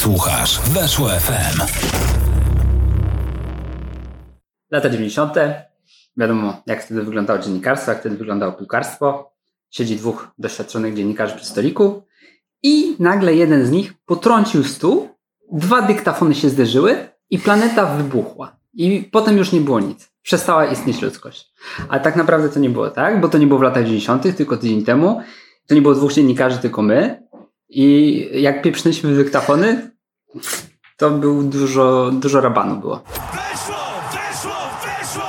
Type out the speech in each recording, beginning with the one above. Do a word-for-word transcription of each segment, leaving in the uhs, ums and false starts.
Słuchasz Weszło F M. Lata dziewięćdziesiąte. Wiadomo, jak wtedy wyglądało dziennikarstwo, jak wtedy wyglądało piłkarstwo. Siedzi dwóch doświadczonych dziennikarzy przy stoliku i nagle jeden z nich potrącił stół, dwa dyktafony się zderzyły i planeta wybuchła. I potem już nie było nic. Przestała istnieć ludzkość. Ale tak naprawdę to nie było tak, bo to nie było w latach dziewięćdziesiątych, tylko tydzień temu. To nie było dwóch dziennikarzy, tylko my. I jak pieprznęliśmy w dyktafony, to był dużo, dużo rabanu było. Weszło, weszło, weszło!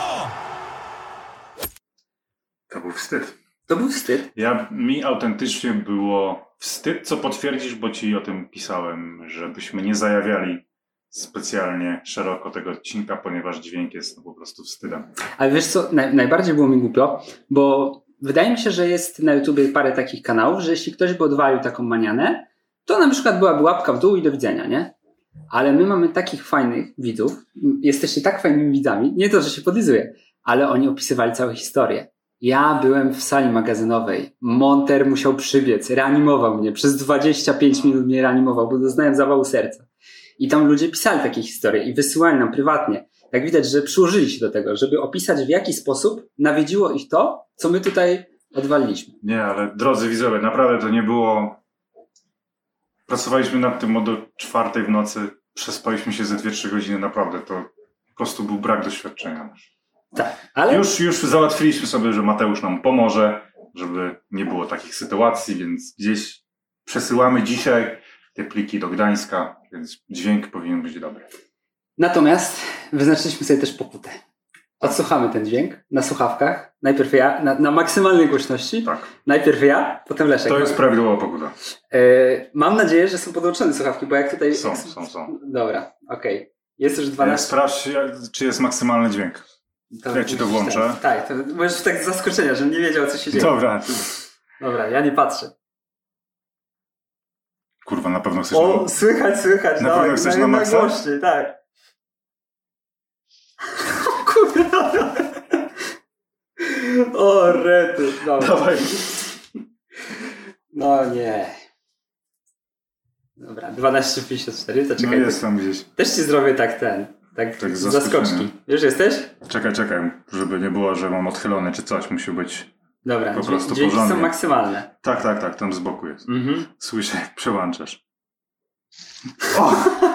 To był wstyd. To był wstyd. Ja, mi autentycznie było wstyd, co potwierdzisz, bo ci o tym pisałem, żebyśmy nie zajawiali specjalnie szeroko tego odcinka, ponieważ dźwięk jest no, po prostu wstydem. Ale wiesz co, naj, najbardziej było mi głupio, bo wydaje mi się, że jest na YouTubie parę takich kanałów, że jeśli ktoś by odwalił taką manianę, to na przykład byłaby łapka w dół i do widzenia, nie? Ale my mamy takich fajnych widzów, jesteście tak fajnymi widzami, nie to, że się podlizuję, ale oni opisywali całą historię. Ja byłem w sali magazynowej, monter musiał przybiec, reanimował mnie, przez dwadzieścia pięć minut mnie reanimował, bo doznałem zawału serca. I tam ludzie pisali takie historie i wysyłali nam prywatnie. Tak widać, że przyłożyli się do tego, żeby opisać, w jaki sposób nawiedziło ich to, co my tutaj odwaliliśmy. Nie, ale drodzy widzowie, naprawdę to nie było... Pracowaliśmy nad tym od czwartej w nocy, przespaliśmy się ze dwie trzy godziny, naprawdę to po prostu był brak doświadczenia. Tak, ale... Już, już załatwiliśmy sobie, że Mateusz nam pomoże, żeby nie było takich sytuacji, więc gdzieś przesyłamy dzisiaj te pliki do Gdańska, więc dźwięk powinien być dobry. Natomiast wyznaczyliśmy sobie też pokutę. Odsłuchamy ten dźwięk na słuchawkach. Najpierw ja, na, na maksymalnej głośności. Tak. Najpierw ja, potem Leszek. To jest prawidłowa pokuta. Yy, mam nadzieję, że są podłączone słuchawki, bo jak tutaj... Są, są, są. Dobra, okej. Okay. Jest już dwanaście... Sprawdź, czy jest maksymalny dźwięk. To ja ci to włączę. Tak, tak, to możesz tak z zaskoczenia, żebym nie wiedział, co się dzieje. Dobra. Dobra, ja nie patrzę. Kurwa, na pewno chcesz... O, na... słychać, słychać. Na dawaj, pewno chcesz na, na maksa? Głośniej, tak. Kurwa. O, rety. Dobra. Dawaj. No nie. Dobra, dwanaście pięćdziesiąt cztery, to czekaj. No jest tam gdzieś. Też ci zrobię tak ten, tak, tak zaskoczki. Już jesteś? Czekaj, czekaj, żeby nie było, że mam odchylone czy coś, musi być dobra, po prostu dźwięki porządnie. Są maksymalne. Tak, tak, tak, tam z boku jest. Mhm. Słyszę, jak przełączasz. O!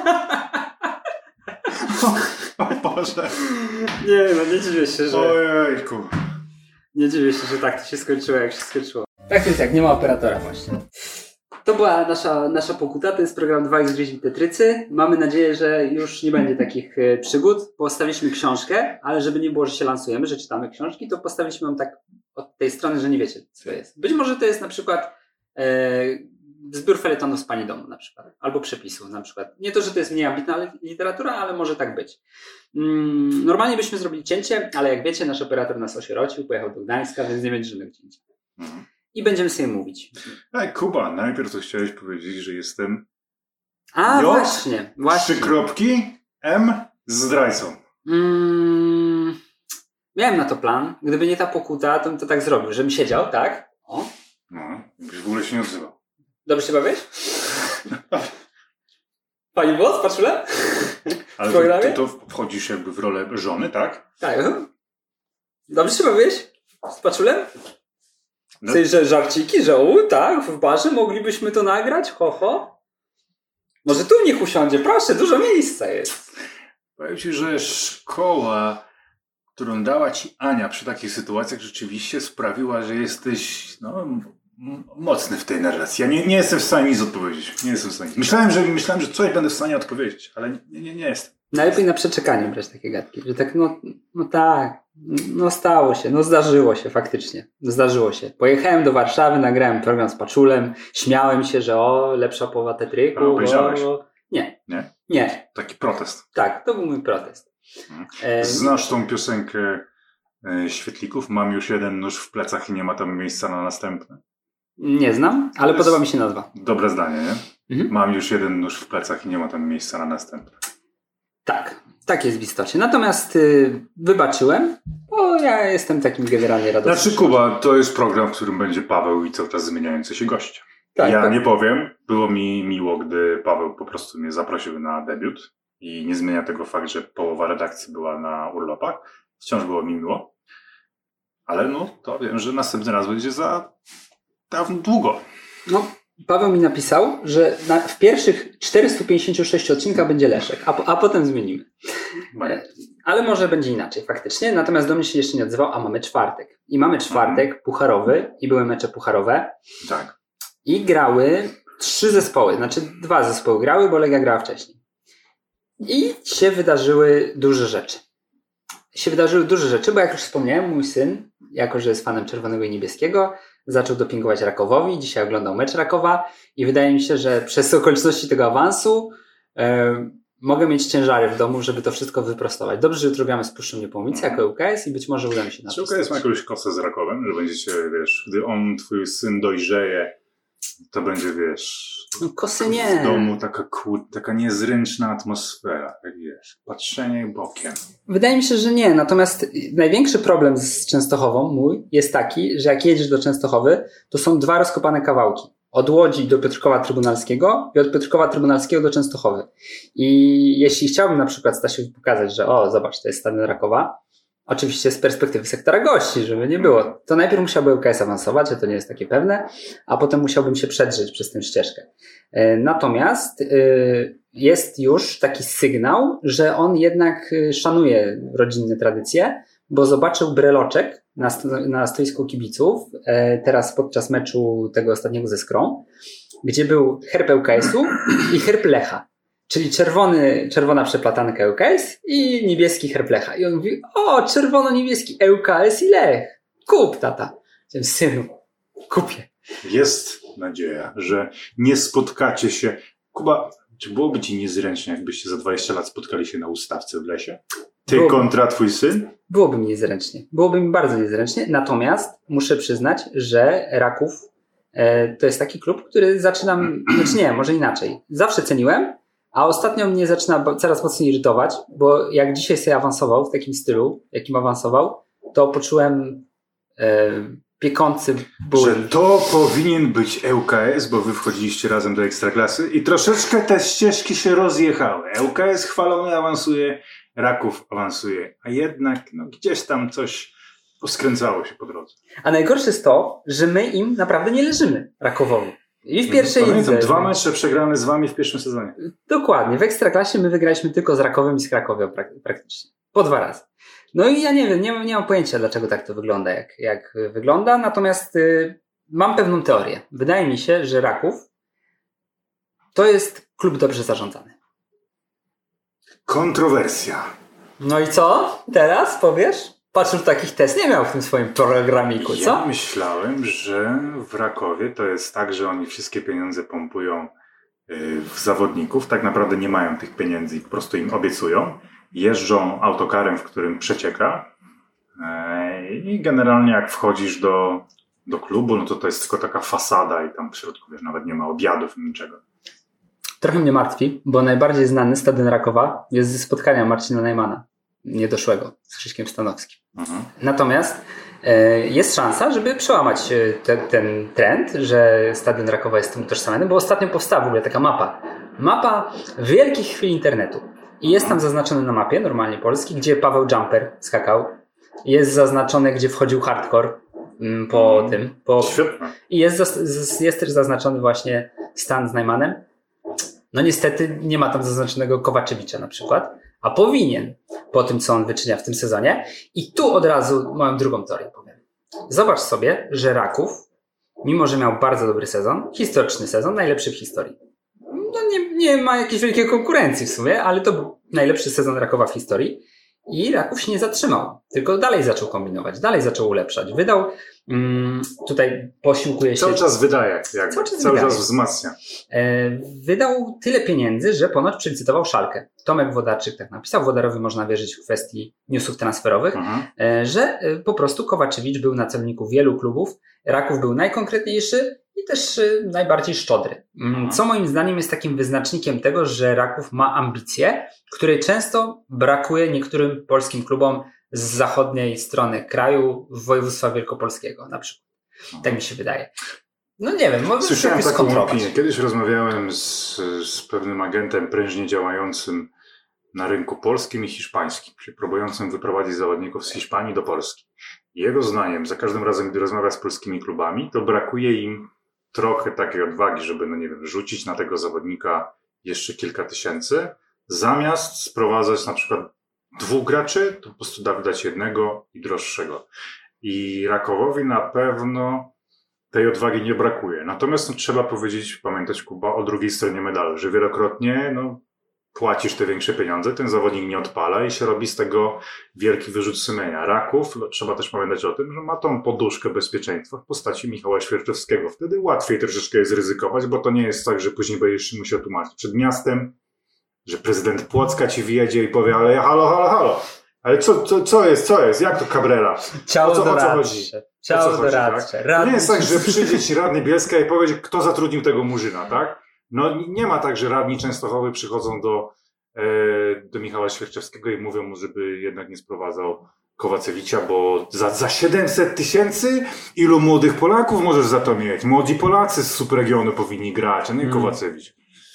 O Boże. Nie, no nie dziwię się, że... Ojejku. Nie dziwię się, że tak to się skończyło, jak się skończyło. Tak więc jak, nie ma operatora właśnie. To była nasza, nasza pokuta, to jest program dwa iks Gdzieś w Tetrycy. Mamy nadzieję, że już nie będzie takich e, przygód. Postawiliśmy książkę, ale żeby nie było, że się lansujemy, że czytamy książki, to postawiliśmy ją tak od tej strony, że nie wiecie, co to jest. Być może to jest na przykład e, zbiór felietonów z Pani Domu na przykład, albo przepisów na przykład. Nie to, że to jest mniej ambitna literatura, ale może tak być. Mm, normalnie byśmy zrobili cięcie, ale jak wiecie, nasz operator nas osierocił, pojechał do Gdańska, więc nie będziemy cięcia. Mhm. I będziemy sobie mówić. Ej, Kuba, najpierw to chciałeś powiedzieć, że jestem... A, J, właśnie, właśnie. Trzy kropki, M z zdrajcą. Mm, miałem na to plan. Gdyby nie ta pokuta, to bym to tak zrobił, żebym siedział, tak? O. No, byś w ogóle się nie odzywał. Dobrze się bawisz? Pani Boc, patrzule? Ale to, ty to wchodzisz jakby w rolę żony, tak? Tak. Dobrze się bawisz? Z paczulem? No. W sensie, że żarciki, że u, tak, w barze moglibyśmy to nagrać, ho, ho. Może tu niech usiądzie, proszę, dużo miejsca jest. Powiem ci, że szkoła, którą dała ci Ania przy takich sytuacjach rzeczywiście sprawiła, że jesteś no, m- mocny w tej narracji. Ja nie, nie jestem w stanie nic odpowiedzieć. Nie jestem w stanie. Myślałem, że, myślałem, że coś będę w stanie odpowiedzieć, ale nie, nie, nie jestem. Najlepiej na przeczekanie brać takie gadki, że tak, no, no tak, no stało się, no zdarzyło się faktycznie, zdarzyło się. Pojechałem do Warszawy, nagrałem program z Paczulem, śmiałem się, że o, lepsza połowa Tetryku. Ale obejrzałeś? O, nie. Nie? Nie. Taki protest. Tak, to był mój protest. Hmm. E... Znasz tą piosenkę e, Świetlików? Mam już jeden nóż w plecach i nie ma tam miejsca na następny. Nie znam, ale podoba mi się nazwa. Dobre zdanie, nie? Mhm. Mam już jeden nóż w plecach i nie ma tam miejsca na następny. Tak, tak jest w istocie. Natomiast y, wybaczyłem, bo ja jestem takim generalnie radosnym. Znaczy Kuba, to jest program, w którym będzie Paweł i cały czas zmieniający się goście. Tak, ja tak. nie powiem, było mi miło, gdy Paweł po prostu mnie zaprosił na debiut i nie zmienia tego fakt, że połowa redakcji była na urlopach. Wciąż było mi miło, ale no to wiem, że następny raz będzie za dawno długo. No, Paweł mi napisał, że na, w pierwszych czterystu pięćdziesięciu sześciu odcinkach będzie Leszek, a, a potem zmienimy. E, ale może będzie inaczej faktycznie, natomiast do mnie się jeszcze nie odzywał, a mamy czwartek. I mamy czwartek mhm. pucharowy i były mecze pucharowe. Tak. I grały trzy zespoły, znaczy dwa zespoły grały, bo Legia grała wcześniej. I się wydarzyły duże rzeczy. Się wydarzyły duże rzeczy, bo jak już wspomniałem, mój syn, jako że jest fanem czerwonego i niebieskiego, zaczął dopingować Rakowowi. Dzisiaj oglądał mecz Rakowa i wydaje mi się, że przez okoliczności tego awansu e, mogę mieć ciężary w domu, żeby to wszystko wyprostować. Dobrze, że jutro gramy z Puszczą Niepołomice jako U K S i być może uda mi się na to. Czy U K S ma jakąś kosę z Rakowem, że będziecie, wiesz, gdy on, twój syn dojrzeje, to będzie, wiesz, no, kosy nie. W domu taka, taka niezręczna atmosfera, jak wiesz, patrzenie bokiem. Wydaje mi się, że nie. Natomiast największy problem z Częstochową mój jest taki, że jak jedziesz do Częstochowy, to są dwa rozkopane kawałki. Od Łodzi do Piotrkowa Trybunalskiego i od Piotrkowa Trybunalskiego do Częstochowy. I jeśli chciałbym na przykład Stasiowi pokazać, że o, zobacz, to jest stadion Rakowa, oczywiście z perspektywy sektora gości, żeby nie było. To najpierw musiałby U K S awansować, a to nie jest takie pewne, a potem musiałbym się przedrzeć przez tę ścieżkę. Natomiast jest już taki sygnał, że on jednak szanuje rodzinne tradycje, bo zobaczył breloczek na, sto- na stoisku kibiców teraz podczas meczu tego ostatniego ze Skrą, gdzie był herb U K S-u i herb Lecha. Czyli czerwony, czerwona przeplatanka U K S i niebieski herb Lecha. I on mówi, o, czerwono-niebieski U K S i Lech. Kup, tata. Tym synu, kupię. Jest nadzieja, że nie spotkacie się. Kuba, czy byłoby ci niezręcznie, jakbyście za dwadzieścia lat spotkali się na ustawce w lesie? Ty byłoby, kontra twój syn? Byłoby mi niezręcznie. Byłoby mi bardzo niezręcznie. Natomiast muszę przyznać, że Raków e, to jest taki klub, który zaczynam, znaczy nie, może inaczej. Zawsze ceniłem, a ostatnio mnie zaczyna coraz mocniej irytować, bo jak dzisiaj sobie awansował w takim stylu, jakim awansował, to poczułem e, piekący ból. Że to powinien być U K S, bo wy wchodziliście razem do Ekstraklasy i troszeczkę te ścieżki się rozjechały. U K S chwalony awansuje, Raków awansuje, a jednak no, gdzieś tam coś poskręcało się po drodze. A najgorsze jest to, że my im naprawdę nie leżymy, Rakowowi. I w pierwszej Pamiętam, lidze. Dwa mecze przegrane z wami w pierwszym sezonie. Dokładnie. W Ekstraklasie my wygraliśmy tylko z Rakowem i z Krakowią prak- praktycznie. Po dwa razy. No i ja nie wiem, nie mam, nie mam pojęcia, dlaczego tak to wygląda, jak, jak wygląda. Natomiast y, mam pewną teorię. Wydaje mi się, że Raków to jest klub dobrze zarządzany. Kontrowersja. No i co? Teraz powiesz? Patrz, że takich test nie miał w tym swoim programiku, co? Ja myślałem, że w Rakowie to jest tak, że oni wszystkie pieniądze pompują w zawodników. Tak naprawdę nie mają tych pieniędzy i po prostu im obiecują. Jeżdżą autokarem, w którym przecieka. I generalnie jak wchodzisz do, do klubu, no to to jest tylko taka fasada i tam w środku wiesz, nawet nie ma obiadów, niczego. Trochę mnie martwi, bo najbardziej znany stadion Rakowa jest ze spotkania Marcina Najmana. Niedoszłego z Krzyśkiem Stanowskim. Mhm. Natomiast e, jest szansa, żeby przełamać te, ten trend, że stadion Rakowa jest tym utożsamiany, bo ostatnio powstała w ogóle taka mapa. Mapa wielkich chwil internetu. I jest tam zaznaczone na mapie, normalnie polski, gdzie Paweł Jumper skakał. Jest zaznaczone, gdzie wchodził hardcore mm, po mm. tym. Po... I jest, jest też zaznaczony właśnie stan z Najmanem. No niestety nie ma tam zaznaczonego Kowaczewicza na przykład, a powinien po tym, co on wyczynia w tym sezonie. I tu od razu moją drugą teorię powiem. Zobacz sobie, że Raków, mimo że miał bardzo dobry sezon, historyczny sezon, najlepszy w historii. No nie, nie ma jakiejś wielkiej konkurencji w sumie, ale to był najlepszy sezon Rakowa w historii. I Raków się nie zatrzymał, tylko dalej zaczął kombinować, dalej zaczął ulepszać. Wydał, mm, tutaj posiłkuje się... Cały czas wydaje, jak cały czas, cały czas wzmacnia. E, wydał tyle pieniędzy, że ponoć przelicytował Szalkę. Tomek Wodarczyk tak napisał, Wodarowi można wierzyć w kwestii newsów transferowych, e, że e, po prostu Kowaczewicz był na celniku wielu klubów, Raków był najkonkretniejszy i też e, najbardziej szczodry. Mhm. Co moim zdaniem jest takim wyznacznikiem tego, że Raków ma ambicje, której często brakuje niektórym polskim klubom z zachodniej strony kraju, województwa wielkopolskiego na przykład. Tak mi się wydaje. No nie wiem, może Słyszałem jakoś taką skontrolować. opinię. Kiedyś rozmawiałem z, z pewnym agentem prężnie działającym na rynku polskim i hiszpańskim, czyli próbującym wyprowadzić zawodników z Hiszpanii do Polski. Jego zdaniem, za każdym razem, gdy rozmawia z polskimi klubami, to brakuje im trochę takiej odwagi, żeby, no nie wiem, rzucić na tego zawodnika jeszcze kilka tysięcy, zamiast sprowadzać na przykład dwóch graczy, to po prostu dać jednego i droższego. I Rakowowi na pewno tej odwagi nie brakuje. Natomiast no, trzeba powiedzieć, pamiętać, Kuba, o drugiej stronie medalu, że wielokrotnie no, płacisz te większe pieniądze, ten zawodnik nie odpala i się robi z tego wielki wyrzut sumienia. Raków, no, trzeba też pamiętać o tym, że ma tą poduszkę bezpieczeństwa w postaci Michała Świerczewskiego. Wtedy łatwiej troszeczkę jest ryzykować, bo to nie jest tak, że później będziesz musiał tłumaczyć przed miastem, że prezydent Płocka ci wjedzie i powie, ale halo, halo, halo. Ale co, co, co jest, co jest? Jak to Cabrera? Ciało o co, doradcze. o co chodzi? Ciało o co chodzi, doradcze. Tak? To nie jest tak, że przyjdzie ci radny Bielska i powie, kto zatrudnił tego Murzyna, tak? No nie ma tak, że radni Częstochowy przychodzą do, e, do Michała Świerczewskiego i mówią mu, żeby jednak nie sprowadzał Kowacewicza, bo za, za siedemset tysięcy ilu młodych Polaków możesz za to mieć? Młodzi Polacy z subregionu powinni grać, a nie mm. Kowacewicz.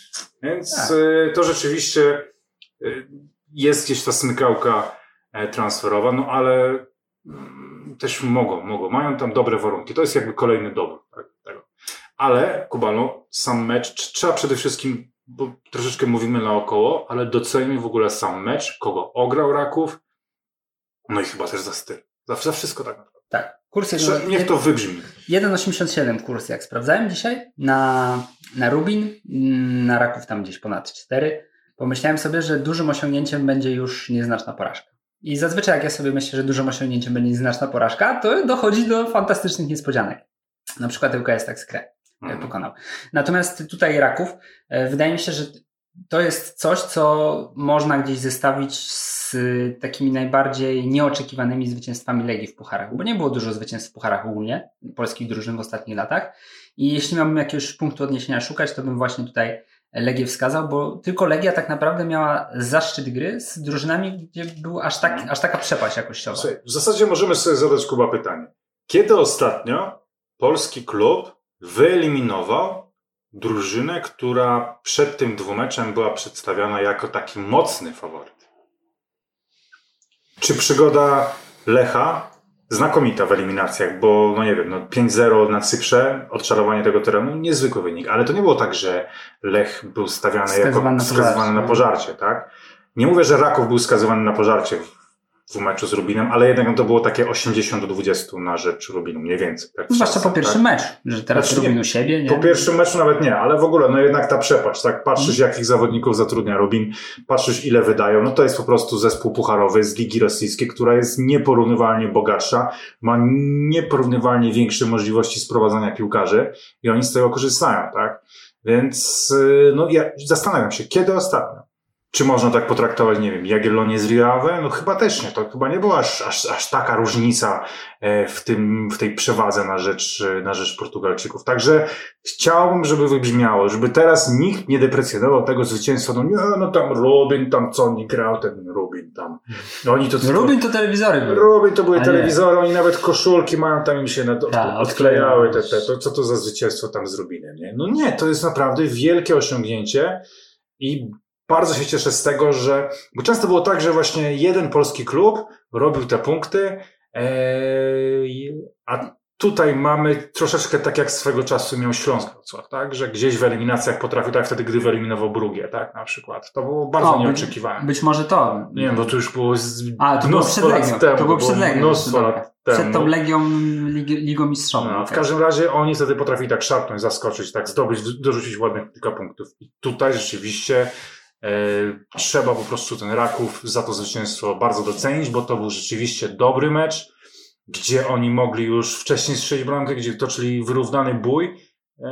Więc tak. e, to rzeczywiście e, jest gdzieś ta smykałka e, transferowa, no ale mm, też mogą, mogą, mają tam dobre warunki. To jest jakby kolejny dowód tak, tego. Ale, Kuba, no, sam mecz, trzeba przede wszystkim, bo troszeczkę mówimy naokoło, ale docenimy w ogóle sam mecz, kogo ograł Raków, no i chyba też za styl. Za, za wszystko tak naprawdę. Tak. Kurs jest, Trze- niech to wybrzmi. jeden osiemdziesiąt siedem kurs, jak sprawdzałem dzisiaj, na, na Rubin, na Raków tam gdzieś ponad cztery. Pomyślałem sobie, że dużym osiągnięciem będzie już nieznaczna porażka. I zazwyczaj jak ja sobie myślę, że dużym osiągnięciem będzie nieznaczna porażka, to dochodzi do fantastycznych niespodzianek. Na przykład L K S tak Skrę hmm. pokonał. Natomiast tutaj Raków, wydaje mi się, że to jest coś, co można gdzieś zestawić z takimi najbardziej nieoczekiwanymi zwycięstwami Legii w pucharach, bo nie było dużo zwycięstw w pucharach ogólnie, polskich drużyn w ostatnich latach. I jeśli miałbym jakiegoś punktu odniesienia szukać, to bym właśnie tutaj Legię wskazał, bo tylko Legia tak naprawdę miała zaszczyt gry z drużynami, gdzie był aż, tak, aż taka przepaść jakościowa. Słuchaj, w zasadzie możemy sobie zadać, Kuba, pytanie. Kiedy ostatnio polski klub wyeliminował drużynę, która przed tym dwumeczem była przedstawiana jako taki mocny faworyt? Czy przygoda Lecha, znakomita w eliminacjach, bo no nie wiem, no pięć zero na Cyprze, odczarowanie tego terenu, niezwykły wynik, ale to nie było tak, że Lech był stawiany skazywany jako skazywany na pożarcie, tak? Nie mówię, że Raków był skazywany na pożarcie w meczu z Rubinem, ale jednak no to było takie osiemdziesiąt do dwudziestu na rzecz Rubinu, mniej więcej. Tak, zwłaszcza czasem, po pierwszym tak? meczu, że teraz znaczy, Rubin u siebie. Nie? Po pierwszym meczu nawet nie, ale w ogóle no jednak ta przepaść, tak? Patrzysz hmm. jakich zawodników zatrudnia Rubin, patrzysz ile wydają, no to jest po prostu zespół pucharowy z Ligi Rosyjskiej, która jest nieporównywalnie bogatsza, ma nieporównywalnie większe możliwości sprowadzania piłkarzy i oni z tego korzystają, tak? Więc no ja zastanawiam się, kiedy ostatnio? Czy można tak potraktować, nie wiem, Jagiellonię z Rijawę? No chyba też nie. To chyba nie była aż, aż, aż taka różnica w tym, w tej przewadze na rzecz, na rzecz Portugalczyków. Także chciałbym, żeby wybrzmiało, żeby teraz nikt nie deprecjonował tego zwycięstwa. No nie, no tam Rubin, tam co oni grał, ten Rubin tam. No oni to, no Rubin to telewizory były. Rubin to były telewizory, oni nawet koszulki mają, tam im się na to, Ta, odklejały te, te, to, co to za zwycięstwo tam z Rubinem, nie? No nie, to jest naprawdę wielkie osiągnięcie i bardzo się cieszę z tego, że, bo często było tak, że właśnie jeden polski klub robił te punkty, ee, a tutaj mamy troszeczkę tak jak swego czasu miał Śląsk Wrocław, tak? Że gdzieś w eliminacjach potrafił, tak wtedy, gdy wyeliminował Brugię, tak? Na przykład. To było bardzo o, nieoczekiwane. Być, być może to. Nie wiem, bo to już było z A, to było przed Legią. Temu, to było przed Legią. Mnóstwo lat temu. Przed tą Legią, lig, Ligą Mistrzową. No, w każdym razie oni wtedy potrafili tak szarpnąć, zaskoczyć, tak zdobyć, dorzucić ładnych kilka punktów. I tutaj rzeczywiście E, trzeba po prostu ten Raków za to zwycięstwo bardzo docenić, bo to był rzeczywiście dobry mecz, gdzie oni mogli już wcześniej strzelić bramkę, gdzie toczyli wyrównany bój e,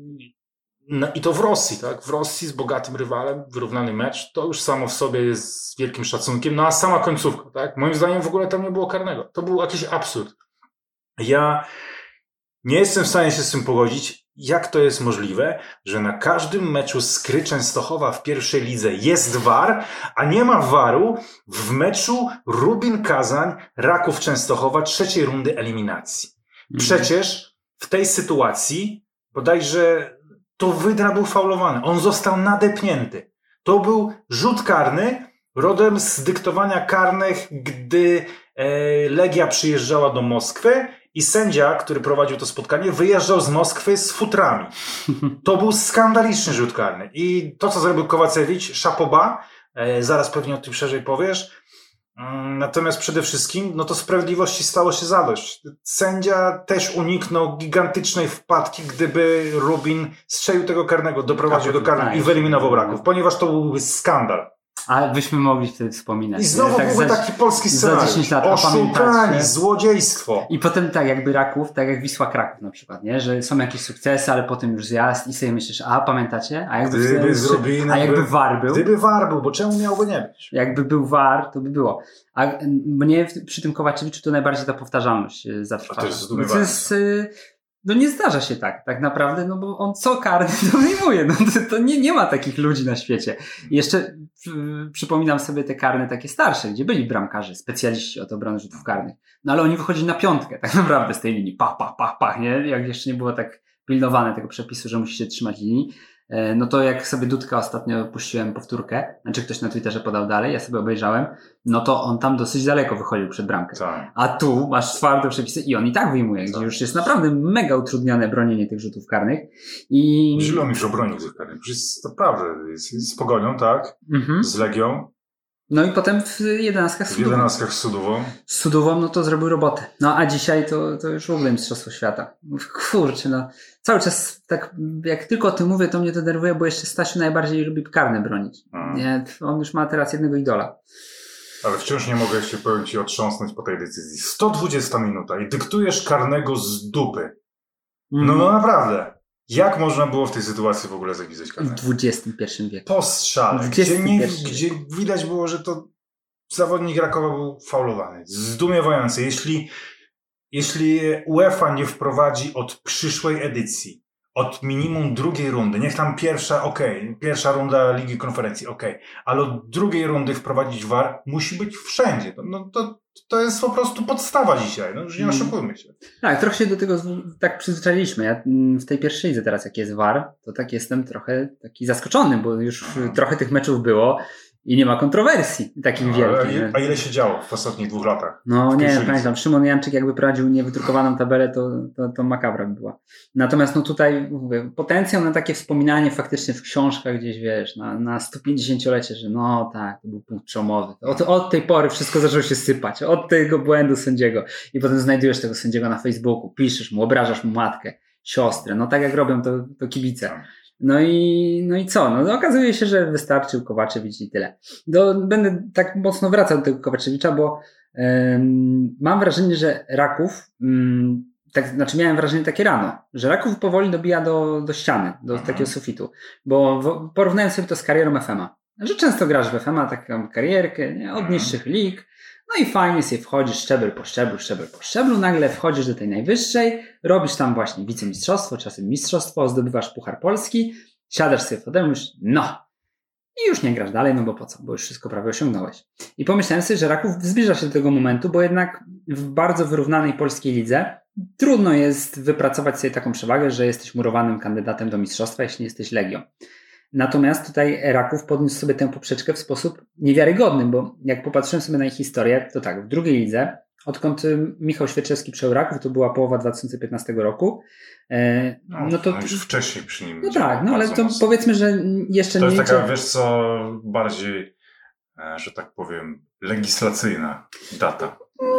no i to w Rosji, tak? W Rosji z bogatym rywalem, wyrównany mecz, to już samo w sobie jest z wielkim szacunkiem, no a sama końcówka, tak? Moim zdaniem w ogóle tam nie było karnego. To był jakiś absurd. Ja nie jestem w stanie się z tym pogodzić. Jak to jest możliwe, że na każdym meczu Skry Częstochowa w pierwszej lidze jest V A R, a nie ma V A R-u w meczu Rubin Kazań, Raków Częstochowa trzeciej rundy eliminacji? Przecież w tej sytuacji bodajże to Wydra był faulowany. On został nadepnięty. To był rzut karny rodem z dyktowania karnych, gdy e, Legia przyjeżdżała do Moskwy i sędzia, który prowadził to spotkanie, wyjeżdżał z Moskwy z futrami. To był skandaliczny rzut karny. I to, co zrobił Kowacewicz, szapoba, e, zaraz pewnie o tym szerzej powiesz. Natomiast przede wszystkim, no to sprawiedliwości stało się zadość. Sędzia też uniknął gigantycznej wpadki, gdyby Rubin strzelił tego karnego, doprowadził do karnego i wyeliminował Raków, ponieważ to byłby skandal. A byśmy mogli wtedy wspominać. I znowu tak byłby za, taki polski scenariusz. Oszukani, złodziejstwo. I potem tak jakby Raków, tak jak Wisła Kraków na przykład, nie? Że są jakieś sukcesy, ale potem już zjazd i sobie myślisz, a pamiętacie? A jakby, gdyby z Rubinem, a jakby V A R był? Gdyby V A R był, bo czemu miałby nie być? Jakby był V A R, to by było. A mnie przy tym Kowaczewiczu to najbardziej ta powtarzalność zatrważa. A to jest zdumiewające. No nie zdarza się tak, tak naprawdę, no bo on co karny to wyjmuje, no to, to nie, nie ma takich ludzi na świecie. I jeszcze przy, przypominam sobie te karne takie starsze, gdzie byli bramkarze, specjaliści od obrony rzutów karnych, no ale oni wychodzili na piątkę tak naprawdę z tej linii, pach, pach, pach, pach, nie? Jak jeszcze nie było tak pilnowane tego przepisu, że musi się trzymać linii, no to jak sobie Dudka ostatnio puściłem powtórkę, znaczy ktoś na Twitterze podał dalej, ja sobie obejrzałem, no to on tam dosyć daleko wychodził przed bramkę. Tak. A tu masz twarde przepisy i on i tak wyjmuje, gdzie tak. Już jest naprawdę mega utrudnione bronienie tych rzutów karnych. I Zielony już obronił rzutów karnych. Jest to prawda, jest, jest z Pogonią, tak? Mhm. Z Legią. No i potem w jedenastkach z W jedenastkach z Sudową. Z Sudową, no to zrobił robotę. No a dzisiaj to, to już w ogóle Mistrzostwo Świata. Kurczę, no. Cały czas tak, jak tylko o tym mówię, to mnie to denerwuje, bo jeszcze Stasiu najbardziej lubi karne bronić. Hmm. Nie, on już ma teraz jednego idola. Ale wciąż nie mogę się, powiem ci, otrząsnąć po tej decyzji. sto dwudziesta minuta i dyktujesz karnego z dupy. No, mm. no naprawdę. Jak można było w tej sytuacji w ogóle zagwizdać karnego? W dwudziestym pierwszym wieku. Po strzale, gdzie, nie, gdzie widać było, że to zawodnik Rakowa był faulowany. Zdumiewające. Jeśli, jeśli UEFA nie wprowadzi od przyszłej edycji, od minimum drugiej rundy, niech tam pierwsza, okej, okay, pierwsza runda Ligi Konferencji, okej, okay, ale od drugiej rundy wprowadzić V A R musi być wszędzie. No to, to jest po prostu podstawa dzisiaj, no już nie oszukujmy się. Tak, trochę się do tego tak przyzwyczailiśmy. Ja w tej pierwszej lidze teraz, jak jest V A R, to tak jestem trochę taki zaskoczony, bo już Aha. trochę tych meczów było i nie ma kontrowersji takich no, wielkich. A ile się działo w ostatnich dwóch latach? No nie, pamiętam, Szymon Janczyk jakby prowadził niewydrukowaną tabelę, to, to, to makabra by była. Natomiast no tutaj mówię, potencjał na takie wspominanie faktycznie w książkach gdzieś, wiesz, na, na sto pięćdziesięciolecie, że no tak, to był punkt przełomowy. Od, od tej pory wszystko zaczęło się sypać, od tego błędu sędziego. I potem znajdujesz tego sędziego na Facebooku, piszesz mu, obrażasz mu matkę, siostrę, no tak jak robią to, to kibice. No i, no i co? No okazuje się, że wystarczył Kowaczewicz i tyle. Do, będę tak mocno wracał do tego Kowaczewicza, bo um, mam wrażenie, że Raków, um, tak, znaczy miałem wrażenie takie rano, że Raków powoli dobija do, do ściany, do mhm. takiego sufitu, bo w, porównałem sobie to z karierą F M a, że często grasz w F M a taką karierkę, nie? Od niższych lig, no i fajnie sobie wchodzisz szczebel po szczeblu, szczebel po szczeblu, nagle wchodzisz do tej najwyższej, robisz tam właśnie wicemistrzostwo, czasem mistrzostwo, zdobywasz Puchar Polski, siadasz sobie w fotelu, mówisz, no i już nie grasz dalej, no bo po co, bo już wszystko prawie osiągnąłeś. I pomyślałem sobie, że Raków zbliża się do tego momentu, bo jednak w bardzo wyrównanej polskiej lidze trudno jest wypracować sobie taką przewagę, że jesteś murowanym kandydatem do mistrzostwa, jeśli jesteś Legią. Natomiast tutaj Raków podniósł sobie tę poprzeczkę w sposób niewiarygodny, bo jak popatrzyłem sobie na ich historię, to tak, w drugiej lidze, odkąd Michał Świerczewski przejął Raków, to była połowa dwa tysiące piętnastego roku. E, no, no to no już wcześniej przy nim. No tak, no ale to mocno. Powiedzmy, że jeszcze to nie... To jest taka, wiesz co, bardziej, że tak powiem, legislacyjna data.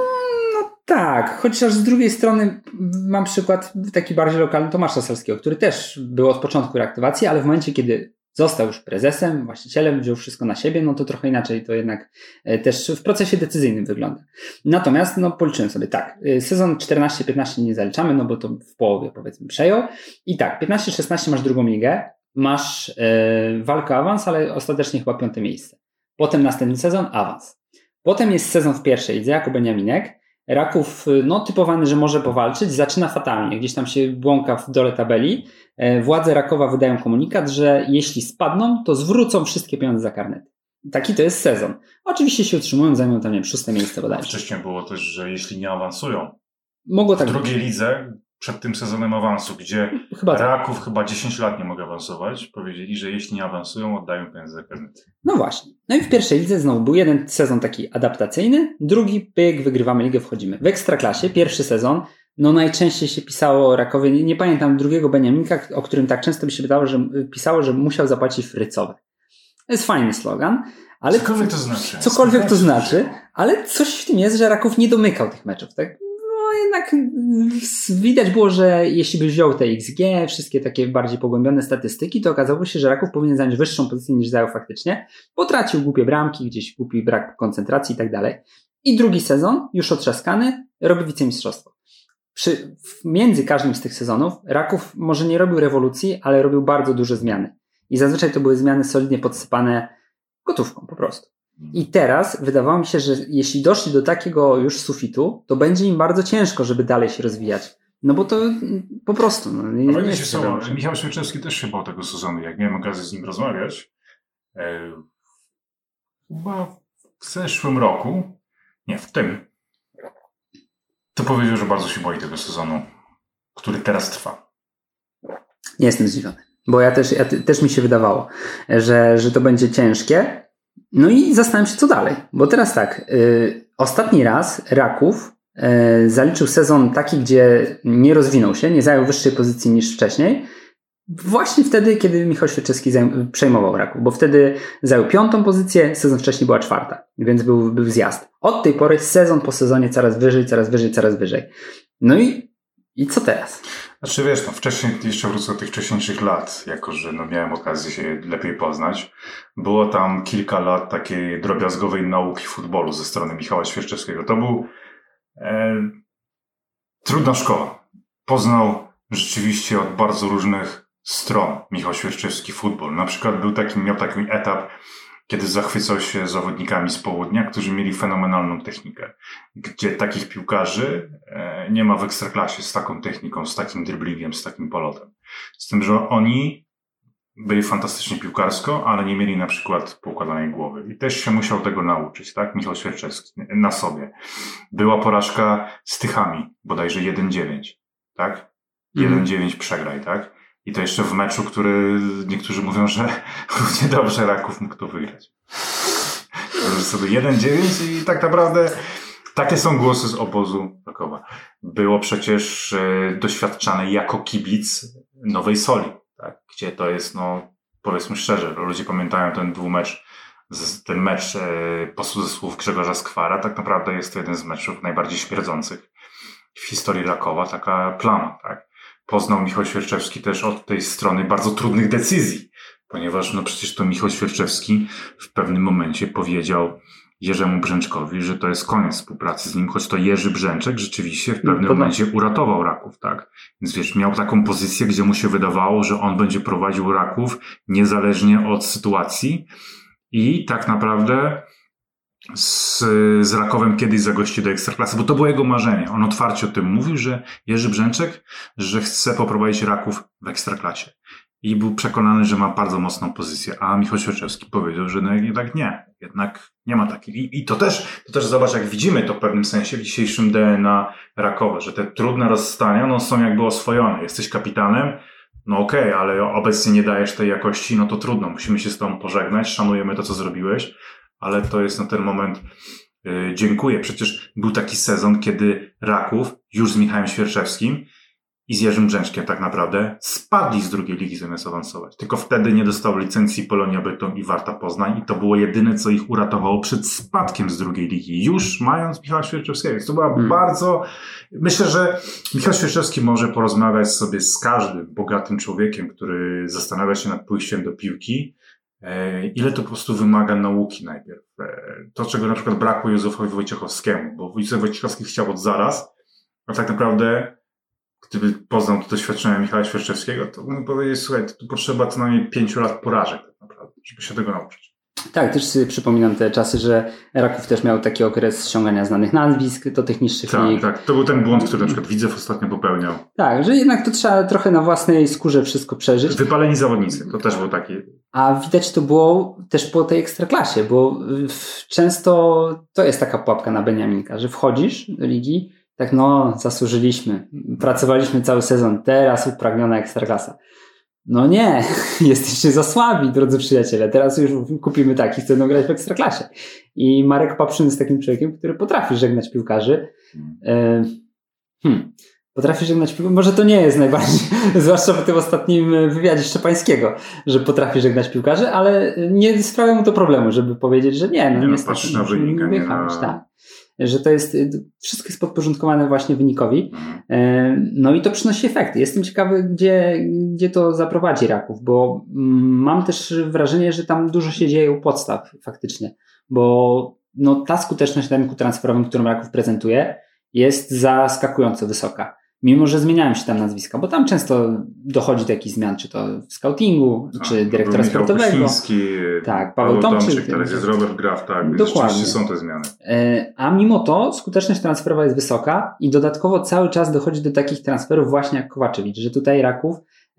No tak, chociaż z drugiej strony mam przykład taki bardziej lokalny Tomasza Salskiego, który też był od początku reaktywacji, ale w momencie, kiedy został już prezesem, właścicielem, wziął wszystko na siebie, no to trochę inaczej to jednak też w procesie decyzyjnym wygląda. Natomiast, no policzyłem sobie tak, sezon czternaście piętnaście nie zaliczamy, no bo to w połowie powiedzmy przejął i tak, piętnaście szesnaście masz drugą ligę, masz yy, walkę o awans, ale ostatecznie chyba piąte miejsce. Potem następny sezon, awans. Potem jest sezon w pierwszej lidze, jako Beniaminek. Raków, no typowany, że może powalczyć, zaczyna fatalnie, gdzieś tam się błąka w dole tabeli. Władze Rakowa wydają komunikat, że jeśli spadną, to zwrócą wszystkie pieniądze za karnet. Taki to jest sezon. Oczywiście się utrzymują, zajmą tam, nie wiem, szóste miejsce bodajże. Wcześniej było też, że jeśli nie awansują Mogło tak w drugiej być. lidze, przed tym sezonem awansu, gdzie Chyba tak. Raków chyba dziesięć lat nie mogę awansować. Powiedzieli, że jeśli nie awansują, oddają pieniądze za karnety. No właśnie. No i w pierwszej lidze znowu był jeden sezon taki adaptacyjny, drugi pyk, wygrywamy ligę, wchodzimy. W Ekstraklasie pierwszy sezon, no najczęściej się pisało o Rakowie, nie, nie pamiętam drugiego Beniaminka, o którym tak często by się pytało, że pisało, że musiał zapłacić frycowe. To jest fajny slogan. Ale cokolwiek to znaczy. Cokolwiek to znaczy, ale coś w tym jest, że Raków nie domykał tych meczów, tak? No jednak widać było, że jeśli by wziął te X G, wszystkie takie bardziej pogłębione statystyki, to okazało się, że Raków powinien zająć wyższą pozycję niż zajął faktycznie, bo tracił głupie bramki, gdzieś głupi brak koncentracji i tak dalej. I drugi sezon, już otrzaskany, robi wicemistrzostwo. Przy, między każdym z tych sezonów Raków może nie robił rewolucji, ale robił bardzo duże zmiany. I zazwyczaj to były zmiany solidnie podsypane gotówką po prostu. I teraz wydawało mi się, że jeśli doszli do takiego już sufitu, to będzie im bardzo ciężko, żeby dalej się rozwijać. No bo to po prostu... No, nie, no, nie jest co, Michał Świerczewski też się bał tego sezonu. Jak miałem okazję z nim rozmawiać, e, chyba w zeszłym roku, nie, w tym, to powiedział, że bardzo się boi tego sezonu, który teraz trwa. Nie jestem zdziwiony. Bo ja też, ja też mi się wydawało, że, że to będzie ciężkie. No i zastanawiam się, co dalej. Bo teraz tak, yy, ostatni raz Raków yy, zaliczył sezon taki, gdzie nie rozwinął się, nie zajął wyższej pozycji niż wcześniej. Właśnie wtedy, kiedy Michał Świerczewski zajm- przejmował Raków. Bo wtedy zajął piątą pozycję, sezon wcześniej była czwarta. Więc był, był zjazd. Od tej pory sezon po sezonie coraz wyżej, coraz wyżej, coraz wyżej. No i, i co teraz? Znaczy wiesz, no wcześniej, jeszcze wrócę do tych wcześniejszych lat, jako że no miałem okazję się lepiej poznać. Było tam kilka lat takiej drobiazgowej nauki futbolu ze strony Michała Świerczewskiego. To był e, trudna szkoła. Poznał rzeczywiście od bardzo różnych stron Michał Świerczewski futbol. Na przykład był taki, miał taki etap, kiedy zachwycał się zawodnikami z południa, którzy mieli fenomenalną technikę. Gdzie takich piłkarzy nie ma w Ekstraklasie z taką techniką, z takim driblingiem, z takim polotem. Z tym, że oni byli fantastycznie piłkarsko, ale nie mieli na przykład poukładanej głowy. I też się musiał tego nauczyć, tak? Michał Świerczewski na sobie. Była porażka z Tychami, bodajże jeden dziewięć, tak? jeden dziewięć przegraj, tak? I to jeszcze w meczu, który niektórzy mówią, że równie dobrze Raków mógł to wygrać. To sobie jeden dziewięć i tak naprawdę takie są głosy z obozu Rakowa. Było przecież e, doświadczane jako kibic Nowej Soli, tak? Gdzie to jest, no powiedzmy szczerze, ludzie pamiętają ten dwumecz, ten mecz e, postu ze słów Grzegorza Skwara, tak naprawdę jest to jeden z meczów najbardziej śmierdzących w historii Rakowa, taka plama, tak? Poznał Michał Świerczewski też od tej strony bardzo trudnych decyzji, ponieważ no przecież to Michał Świerczewski w pewnym momencie powiedział Jerzemu Brzęczkowi, że to jest koniec współpracy z nim, choć to Jerzy Brzęczek rzeczywiście w pewnym no, momencie uratował Raków, tak? Więc wiesz, miał taką pozycję, gdzie mu się wydawało, że on będzie prowadził Raków niezależnie od sytuacji i tak naprawdę z, z Rakowem kiedyś zagości do Ekstraklasy, bo to było jego marzenie. On otwarcie o tym mówił, że Jerzy Brzęczek, że chce poprowadzić Raków w Ekstraklasie. I był przekonany, że ma bardzo mocną pozycję. A Michał Świerczewski powiedział, że no jednak nie. Jednak nie ma takiej. I, i to też, to też zobacz, jak widzimy to w pewnym sensie w dzisiejszym D N A Rakowa, że te trudne rozstania no, są jakby oswojone. Jesteś kapitanem, no okej, okay, ale obecnie nie dajesz tej jakości, no to trudno. Musimy się z tobą pożegnać, szanujemy to, co zrobiłeś. Ale to jest na ten moment yy, dziękuję. Przecież był taki sezon, kiedy Raków już z Michałem Świerczewskim i z Jerzym Brzęczkiem tak naprawdę spadli z drugiej ligi zamiast awansować. Tylko wtedy nie dostał licencji Polonia Bytom i Warta Poznań i to było jedyne, co ich uratowało przed spadkiem z drugiej ligi. Już mając Michała Świerczewskiego. To była hmm. bardzo... Myślę, że Michał Świerczewski może porozmawiać sobie z każdym bogatym człowiekiem, który zastanawia się nad pójściem do piłki. Ile to po prostu wymaga nauki najpierw. To, czego na przykład brakuje Józefowi Wojciechowskiemu, bo Józef Wojciechowski chciał od zaraz, a tak naprawdę gdyby poznał to doświadczenie Michała Świerczewskiego, to mógł powiedzieć, słuchaj, to potrzeba co najmniej pięciu lat porażek tak naprawdę, żeby się tego nauczyć. Tak, też sobie przypominam te czasy, że Raków też miał taki okres ściągania znanych nazwisk do tych niższych tak, lig. Tak, to był ten błąd, który na przykład Widzew ostatnio popełniał. Tak, że jednak to trzeba trochę na własnej skórze wszystko przeżyć. Wypaleni zawodnicy, to też był taki... A widać to było też po tej Ekstraklasie, bo często to jest taka pułapka na Beniaminka, że wchodzisz do ligi Tak, no, zasłużyliśmy. Pracowaliśmy cały sezon. Teraz upragniona Ekstraklasa. No nie, jesteście za słabi, drodzy przyjaciele. Teraz już kupimy takich, co będą grać w Ekstraklasie. I Marek Papszyn jest takim człowiekiem, który potrafi żegnać piłkarzy. Hmm. Potrafi żegnać piłkarzy. Może to nie jest najbardziej, zwłaszcza w tym ostatnim wywiadzie Szczepańskiego, że potrafi żegnać piłkarzy, ale nie sprawia mu to problemu, żeby powiedzieć, że nie, no nie niestety. Patrz na wynik, nie wyjechałeś, na... tak. Że to jest, wszystko jest podporządkowane właśnie wynikowi. No i to przynosi efekty. Jestem ciekawy, gdzie, gdzie to zaprowadzi Raków, bo mam też wrażenie, że tam dużo się dzieje u podstaw faktycznie, bo no, ta skuteczność na rynku transferowym, którą Raków prezentuje, jest zaskakująco wysoka. Mimo że zmieniają się tam nazwiska, bo tam często dochodzi do jakichś zmian, czy to w scoutingu, A, czy dyrektora sportowego. Kusiński, tak, Paweł, Paweł Tomczyk, Tomczyk, teraz jest Robert Graf, tak, dokładnie. Są te zmiany. A mimo to skuteczność transferowa jest wysoka i dodatkowo cały czas dochodzi do takich transferów właśnie jak Kowaczewicz, że tutaj Raków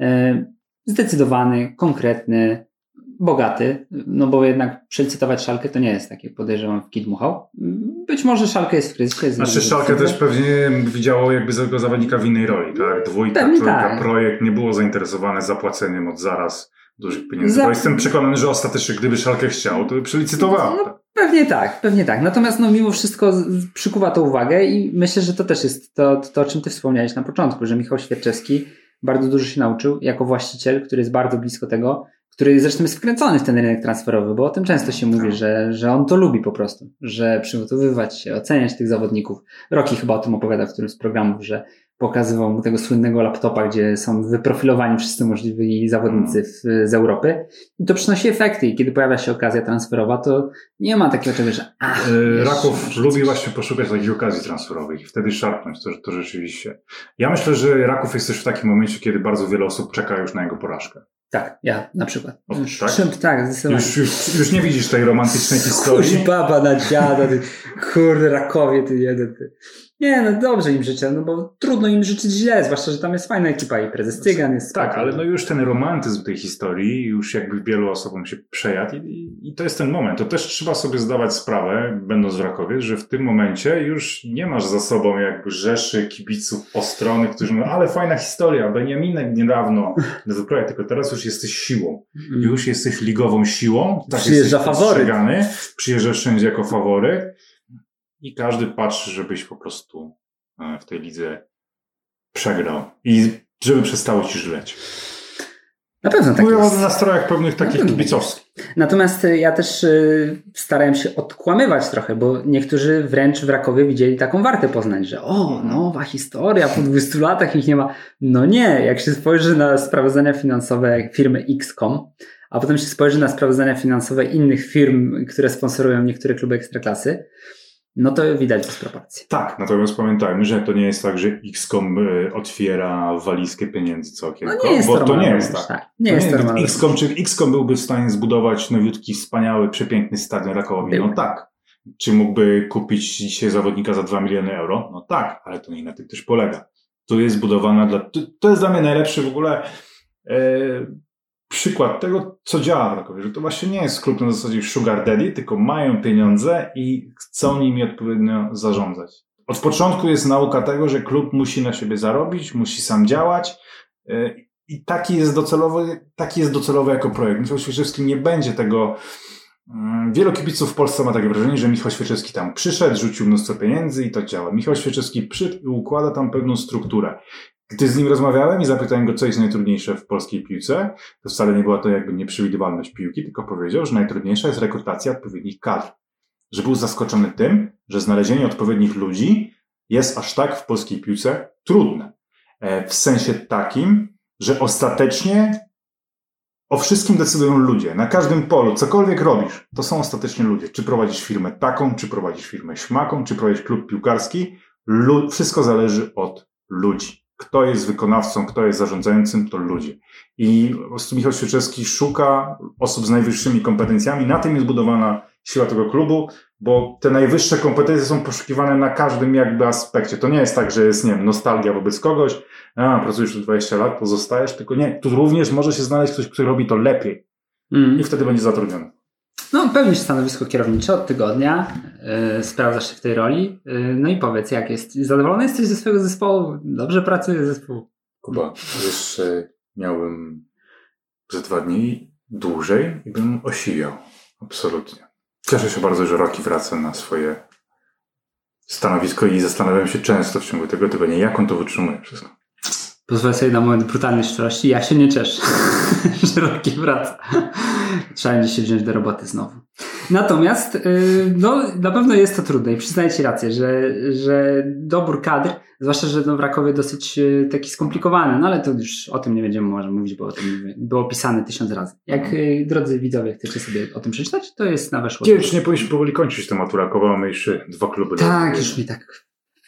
zdecydowany, konkretny, bogaty, no bo jednak przelicytować Szalkę to nie jest takie, podejrzewam, w kit dmuchał. Być może Szalkę jest w kryzysie. Znaczy Szalkę też pewnie widziało jakby tego zawodnika w innej roli, tak? Dwójka, pewnie trójka, tak. Projekt nie było zainteresowane zapłaceniem od zaraz dużych pieniędzy, Za... bo jestem przekonany, że ostatecznie gdyby Szalkę chciał, to by przelicytował. No, pewnie tak, pewnie tak. Natomiast no mimo wszystko przykuwa to uwagę i myślę, że to też jest to, to o czym ty wspomniałeś na początku, że Michał Świerczewski bardzo dużo się nauczył jako właściciel, który jest bardzo blisko tego, który zresztą jest wkręcony w ten rynek transferowy, bo o tym często się mówi, że, że on to lubi po prostu, że przygotowywać się, oceniać tych zawodników. Rocky chyba o tym opowiada w którymś z programów, że pokazywał mu tego słynnego laptopa, gdzie są wyprofilowani wszyscy możliwi zawodnicy w, z Europy i to przynosi efekty i kiedy pojawia się okazja transferowa, to nie ma takiego czegoś, że ach, yy, Raków lubi właśnie poszukać takich okazji transferowych i wtedy szarpnąć, to, to rzeczywiście. Ja myślę, że Raków jest też w takim momencie, kiedy bardzo wiele osób czeka już na jego porażkę. Tak, ja na przykład. O, już, tak? Czym, tak, zdecydowanie. Już, już, już nie widzisz tej romantycznej historii. Kurz baba na dziada, ty, kurde Rakowie, ty jeden, ty. Nie, no dobrze im życzę, no bo trudno im życzyć źle, zwłaszcza, że tam jest fajna ekipa i prezes Cygan jest Tak, spokojny. ale no już ten romantyzm tej historii już jakby wielu osobom się przejadł i, i to jest ten moment. To też trzeba sobie zdawać sprawę, będąc w Rakowie, że w tym momencie już nie masz za sobą jakby rzeszy kibiców postronnych, którzy mówią, ale fajna historia, Beniaminek niedawno, no tylko teraz już jesteś siłą. Mm. Już jesteś ligową siłą. Tak Przyjeżdża faworyt. Przyjeżdżasz wszędzie jako faworyt i każdy patrzy, żebyś po prostu w tej lidze przegrał i żeby przestało ci żreć. Na pewno tak Mówię jest. o nastrojach pewnych takich kibicowskich. Natomiast ja też y, starałem się odkłamywać trochę, bo niektórzy wręcz w Rakowie widzieli taką wartę Poznań, że o, nowa historia, po dwudziestu latach ich nie ma. No nie, jak się spojrzy na sprawozdania finansowe firmy X kropka com, a potem się spojrzy na sprawozdania finansowe innych firm, które sponsorują niektóre kluby Ekstraklasy, no to widać dysproporcje. Tak, natomiast pamiętajmy, że to nie jest tak, że X kropka com otwiera walizkę pieniędzy co okienko, no nie jest bo to to nie jest jest tak. tak. Nie to jest nie, to X kropka com, czy X kropka com byłby w stanie zbudować nowiutki, wspaniały, przepiękny stadion Rakowowi? No tak. Czy mógłby kupić dzisiaj zawodnika za dwa miliony euro? No tak, ale to nie na tym też polega. Tu jest zbudowana dla... To, to jest dla mnie najlepszy w ogóle e, przykład tego, co działa w Rakowie, że to właśnie nie jest klub na zasadzie sugar daddy, tylko mają pieniądze i chcą nimi odpowiednio zarządzać. Od początku jest nauka tego, że klub musi na siebie zarobić, musi sam działać i taki jest docelowy, taki jest docelowy jako projekt. Michał Świerczewski nie będzie tego... Wielu kibiców w Polsce ma takie wrażenie, że Michał Świerczewski tam przyszedł, rzucił mnóstwo pieniędzy i to działa. Michał Świerczewski przyszedł i układa tam pewną strukturę. Gdy z nim rozmawiałem i zapytałem go, co jest najtrudniejsze w polskiej piłce, to wcale nie była to jakby nieprzewidywalność piłki, tylko powiedział, że najtrudniejsza jest rekrutacja odpowiednich kadr. Że był zaskoczony tym, że znalezienie odpowiednich ludzi jest aż tak w polskiej piłce trudne. W sensie takim, że ostatecznie o wszystkim decydują ludzie. Na każdym polu, cokolwiek robisz, to są ostatecznie ludzie. Czy prowadzisz firmę taką, czy prowadzisz firmę śmaką, czy prowadzisz klub piłkarski, lu- wszystko zależy od ludzi. Kto jest wykonawcą, kto jest zarządzającym, to ludzie. I po prostu Michał Świerczewski szuka osób z najwyższymi kompetencjami. Na tym jest budowana siła tego klubu, bo te najwyższe kompetencje są poszukiwane na każdym jakby aspekcie. To nie jest tak, że jest, nie wiem, nostalgia wobec kogoś, a pracujesz tu dwadzieścia lat, pozostajesz, tylko nie. Tu również może się znaleźć ktoś, kto robi to lepiej. Mm. I wtedy będzie zatrudniony. No, pełnisz stanowisko kierownicze od tygodnia, yy, sprawdzasz się w tej roli, yy, no i powiedz, jak jest? Zadowolony jesteś ze swojego zespołu? Dobrze pracuje zespół? Kuba, jeszcze miałbym za dwa dni dłużej i bym osiwiał. Absolutnie. Cieszę się bardzo, że Rocky wraca na swoje stanowisko i zastanawiam się często w ciągu tego tygodnia, jak on to wytrzymuje wszystko. Pozwolę sobie na moment brutalnej szczerości. Ja się nie cieszę, że Rocky wraca. Trzeba będzie się wziąć do roboty znowu. Natomiast yy, no, na pewno jest to trudne i przyznaję Ci rację, że, że dobór kadr, zwłaszcza, że no, w Rakowie dosyć yy, taki skomplikowany, no ale to już o tym nie będziemy może mówić, bo o tym było pisane tysiąc razy. Jak yy, drodzy widzowie chcecie sobie o tym przeczytać, to jest na weszło. Kiedyś nie powinniśmy powoli kończyć tematu Rakowa, mamy jeszcze dwa kluby. Tak, już mi tak...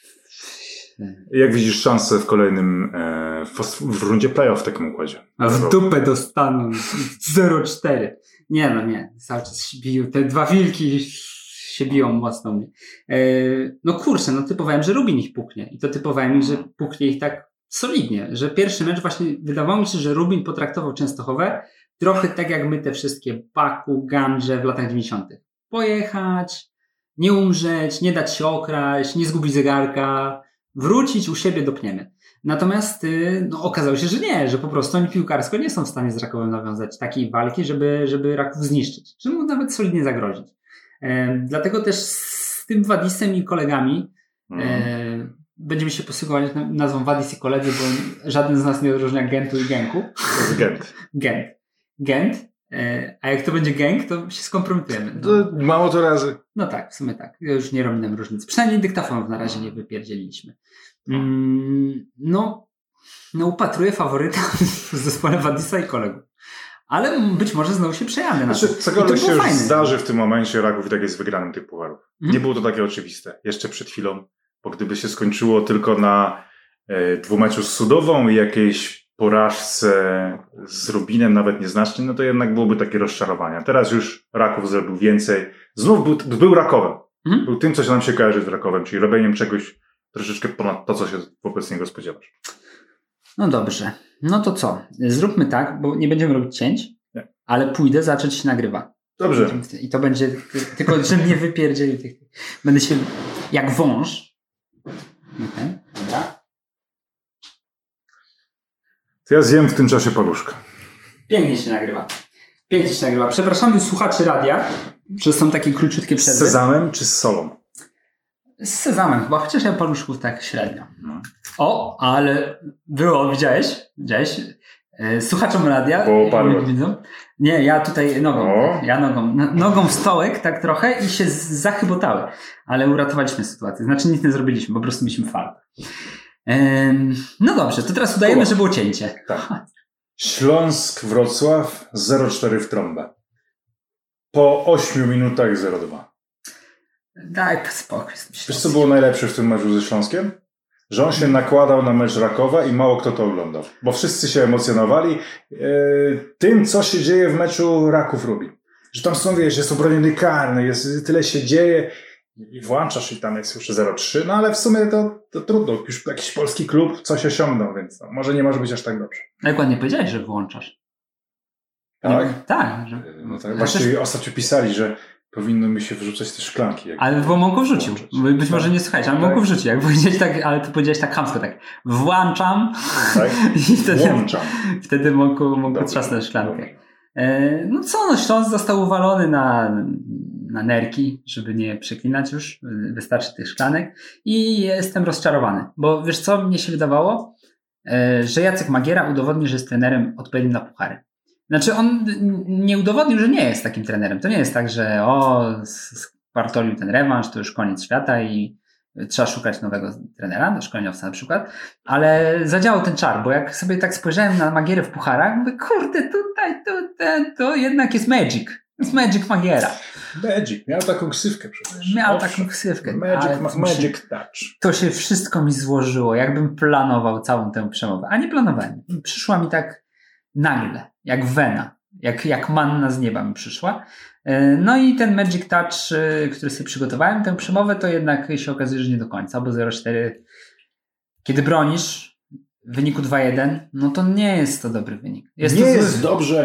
Jak widzisz szansę w kolejnym, e, w, w rundzie playoff w takim układzie? A w dupę dostaną zero cztery. Nie no, nie. Cały czas się biją. Te dwa wilki się biją mocno mnie. E, no kurczę, no typowałem, że Rubin ich puknie. I to typowałem, że puknie ich tak solidnie. Że pierwszy mecz właśnie wydawało mi się, że Rubin potraktował Częstochowę trochę tak jak my te wszystkie Baku, Gandże w latach dziewięćdziesiątych. Pojechać, nie umrzeć, nie dać się okraść, nie zgubić zegarka, wrócić u siebie dopniemy. Natomiast no, okazało się, że nie, że po prostu oni piłkarsko nie są w stanie z Rakowem nawiązać takiej walki, żeby, żeby Raków zniszczyć, czy mu nawet solidnie zagrozić. E, dlatego też z tym Wadisem i kolegami mm. e, będziemy się posługiwać nazwą Wadis i koledzy, bo żaden z nas nie odróżnia Gentu i Genku. To jest Gent. Gent. Gent. E, a jak to będzie gang, to się skompromitujemy. No. To mało to razy. No tak, w sumie tak. Już nie robi nam różnicy. Przynajmniej dyktafonów na razie nie wypierdzieliliśmy. Mm, no, no upatruję faworyta w zespole Wadisa i kolegów. Ale być może znowu się przejadę na znaczy, to. cokolwiek się już fajne. zdarzy w tym momencie, Raków i tak jest wygranym tych pucharów. Mhm. Nie było to takie oczywiste. Jeszcze przed chwilą, bo gdyby się skończyło tylko na e, dwumeczu z Sudową i jakiejś porażce z Rubinem, nawet nieznacznie, no to jednak byłoby takie rozczarowanie. Teraz już Raków zrobił więcej. Znów był, był Rakowem. Mhm. Był tym, co się nam się kojarzy z Rakowem, czyli robieniem czegoś troszeczkę ponad to, co się wobec niego spodziewasz. No dobrze. No to co? Zróbmy tak, bo nie będziemy robić cięć, nie. Ale pójdę, zacząć się nagrywa. Dobrze. I to będzie, tylko że nie wypierdzieli tych. Będę się jak wąż. Okay. Dobra. To ja zjem w tym czasie paluszka. Pięknie się nagrywa. Pięknie się nagrywa. Przepraszamy słuchaczy radia, że są takie króciutkie przerwy. Z sezamem czy z solą? Z sezamem chyba, chociaż ja paluszków tak średnio. No. O, ale było, widziałeś? Widziałeś? Słuchaczom radia. Bo padło. Nie, ja tutaj nogą. O. Ja nogą. Nogą w stołek tak trochę i się zachybotały. Ale uratowaliśmy sytuację. Znaczy nic nie zrobiliśmy, po prostu mieliśmy fartę. No dobrze, to teraz udajemy, o. że było cięcie. Tak. Śląsk, Wrocław zero cztery w trąbę. Po ośmiu minutach zero dwa. Daj spokój. Wiesz co było najlepsze w tym meczu ze Śląskiem? Że on się nakładał na mecz Rakowa i mało kto to oglądał. Bo wszyscy się emocjonowali yy, tym, co się dzieje w meczu Raków-Rubin. Że tam są, wiesz, jest obroniony karny, jest, tyle się dzieje i włączasz i tam jest już zero trzy, no ale w sumie to, to trudno. Już jakiś polski klub coś osiągnął, więc no, może nie może być aż tak dobrze. Jak ładnie powiedziałeś, że włączasz. Tak? Nie, tak. Że... No tak. Właściwie też... ostatnio pisali, że powinno mi się wrzucać te szklanki. Jak ale bo Monko wrzucił. Włączyć. Być może nie słuchajcie, ale tak. Monko wrzucił. Jak powiedziałeś tak, ale ty powiedziałeś tak chamsko, tak włączam. Tak? I wtedy, Włączam. Wtedy Monko, Monko trzasnął szklankę. E, no co, no Śląsk został uwalony na, na nerki, żeby nie przeklinać już. Wystarczy tych szklanek. I jestem rozczarowany. Bo wiesz co, mnie się wydawało, e, że Jacek Magiera udowodni, że jest trenerem odpowiednim na puchary. Znaczy on nie udowodnił, że nie jest takim trenerem. To nie jest tak, że o, spartolił ten rewanż, to już koniec świata i trzeba szukać nowego trenera, szkoleniowca na przykład. Ale zadziałał ten czar, bo jak sobie tak spojrzałem na Magierę w pucharach, mówię, kurde, tutaj, tutaj, to jednak jest magic. Jest magic Magiera. Magic. Miał taką ksywkę przecież. Miał taką ksywkę. Magic, ma, magic się, touch. To się wszystko mi złożyło, jakbym planował całą tę przemowę. A nie planowałem. Przyszła mi tak nagle, jak wena, jak, jak manna z nieba mi przyszła. No i ten Magic Touch, który sobie przygotowałem, tę przemowę, to jednak się okazuje, że nie do końca, bo zero cztery, kiedy bronisz w wyniku dwa jeden, no to nie jest to dobry wynik. Jest nie to jest dobrze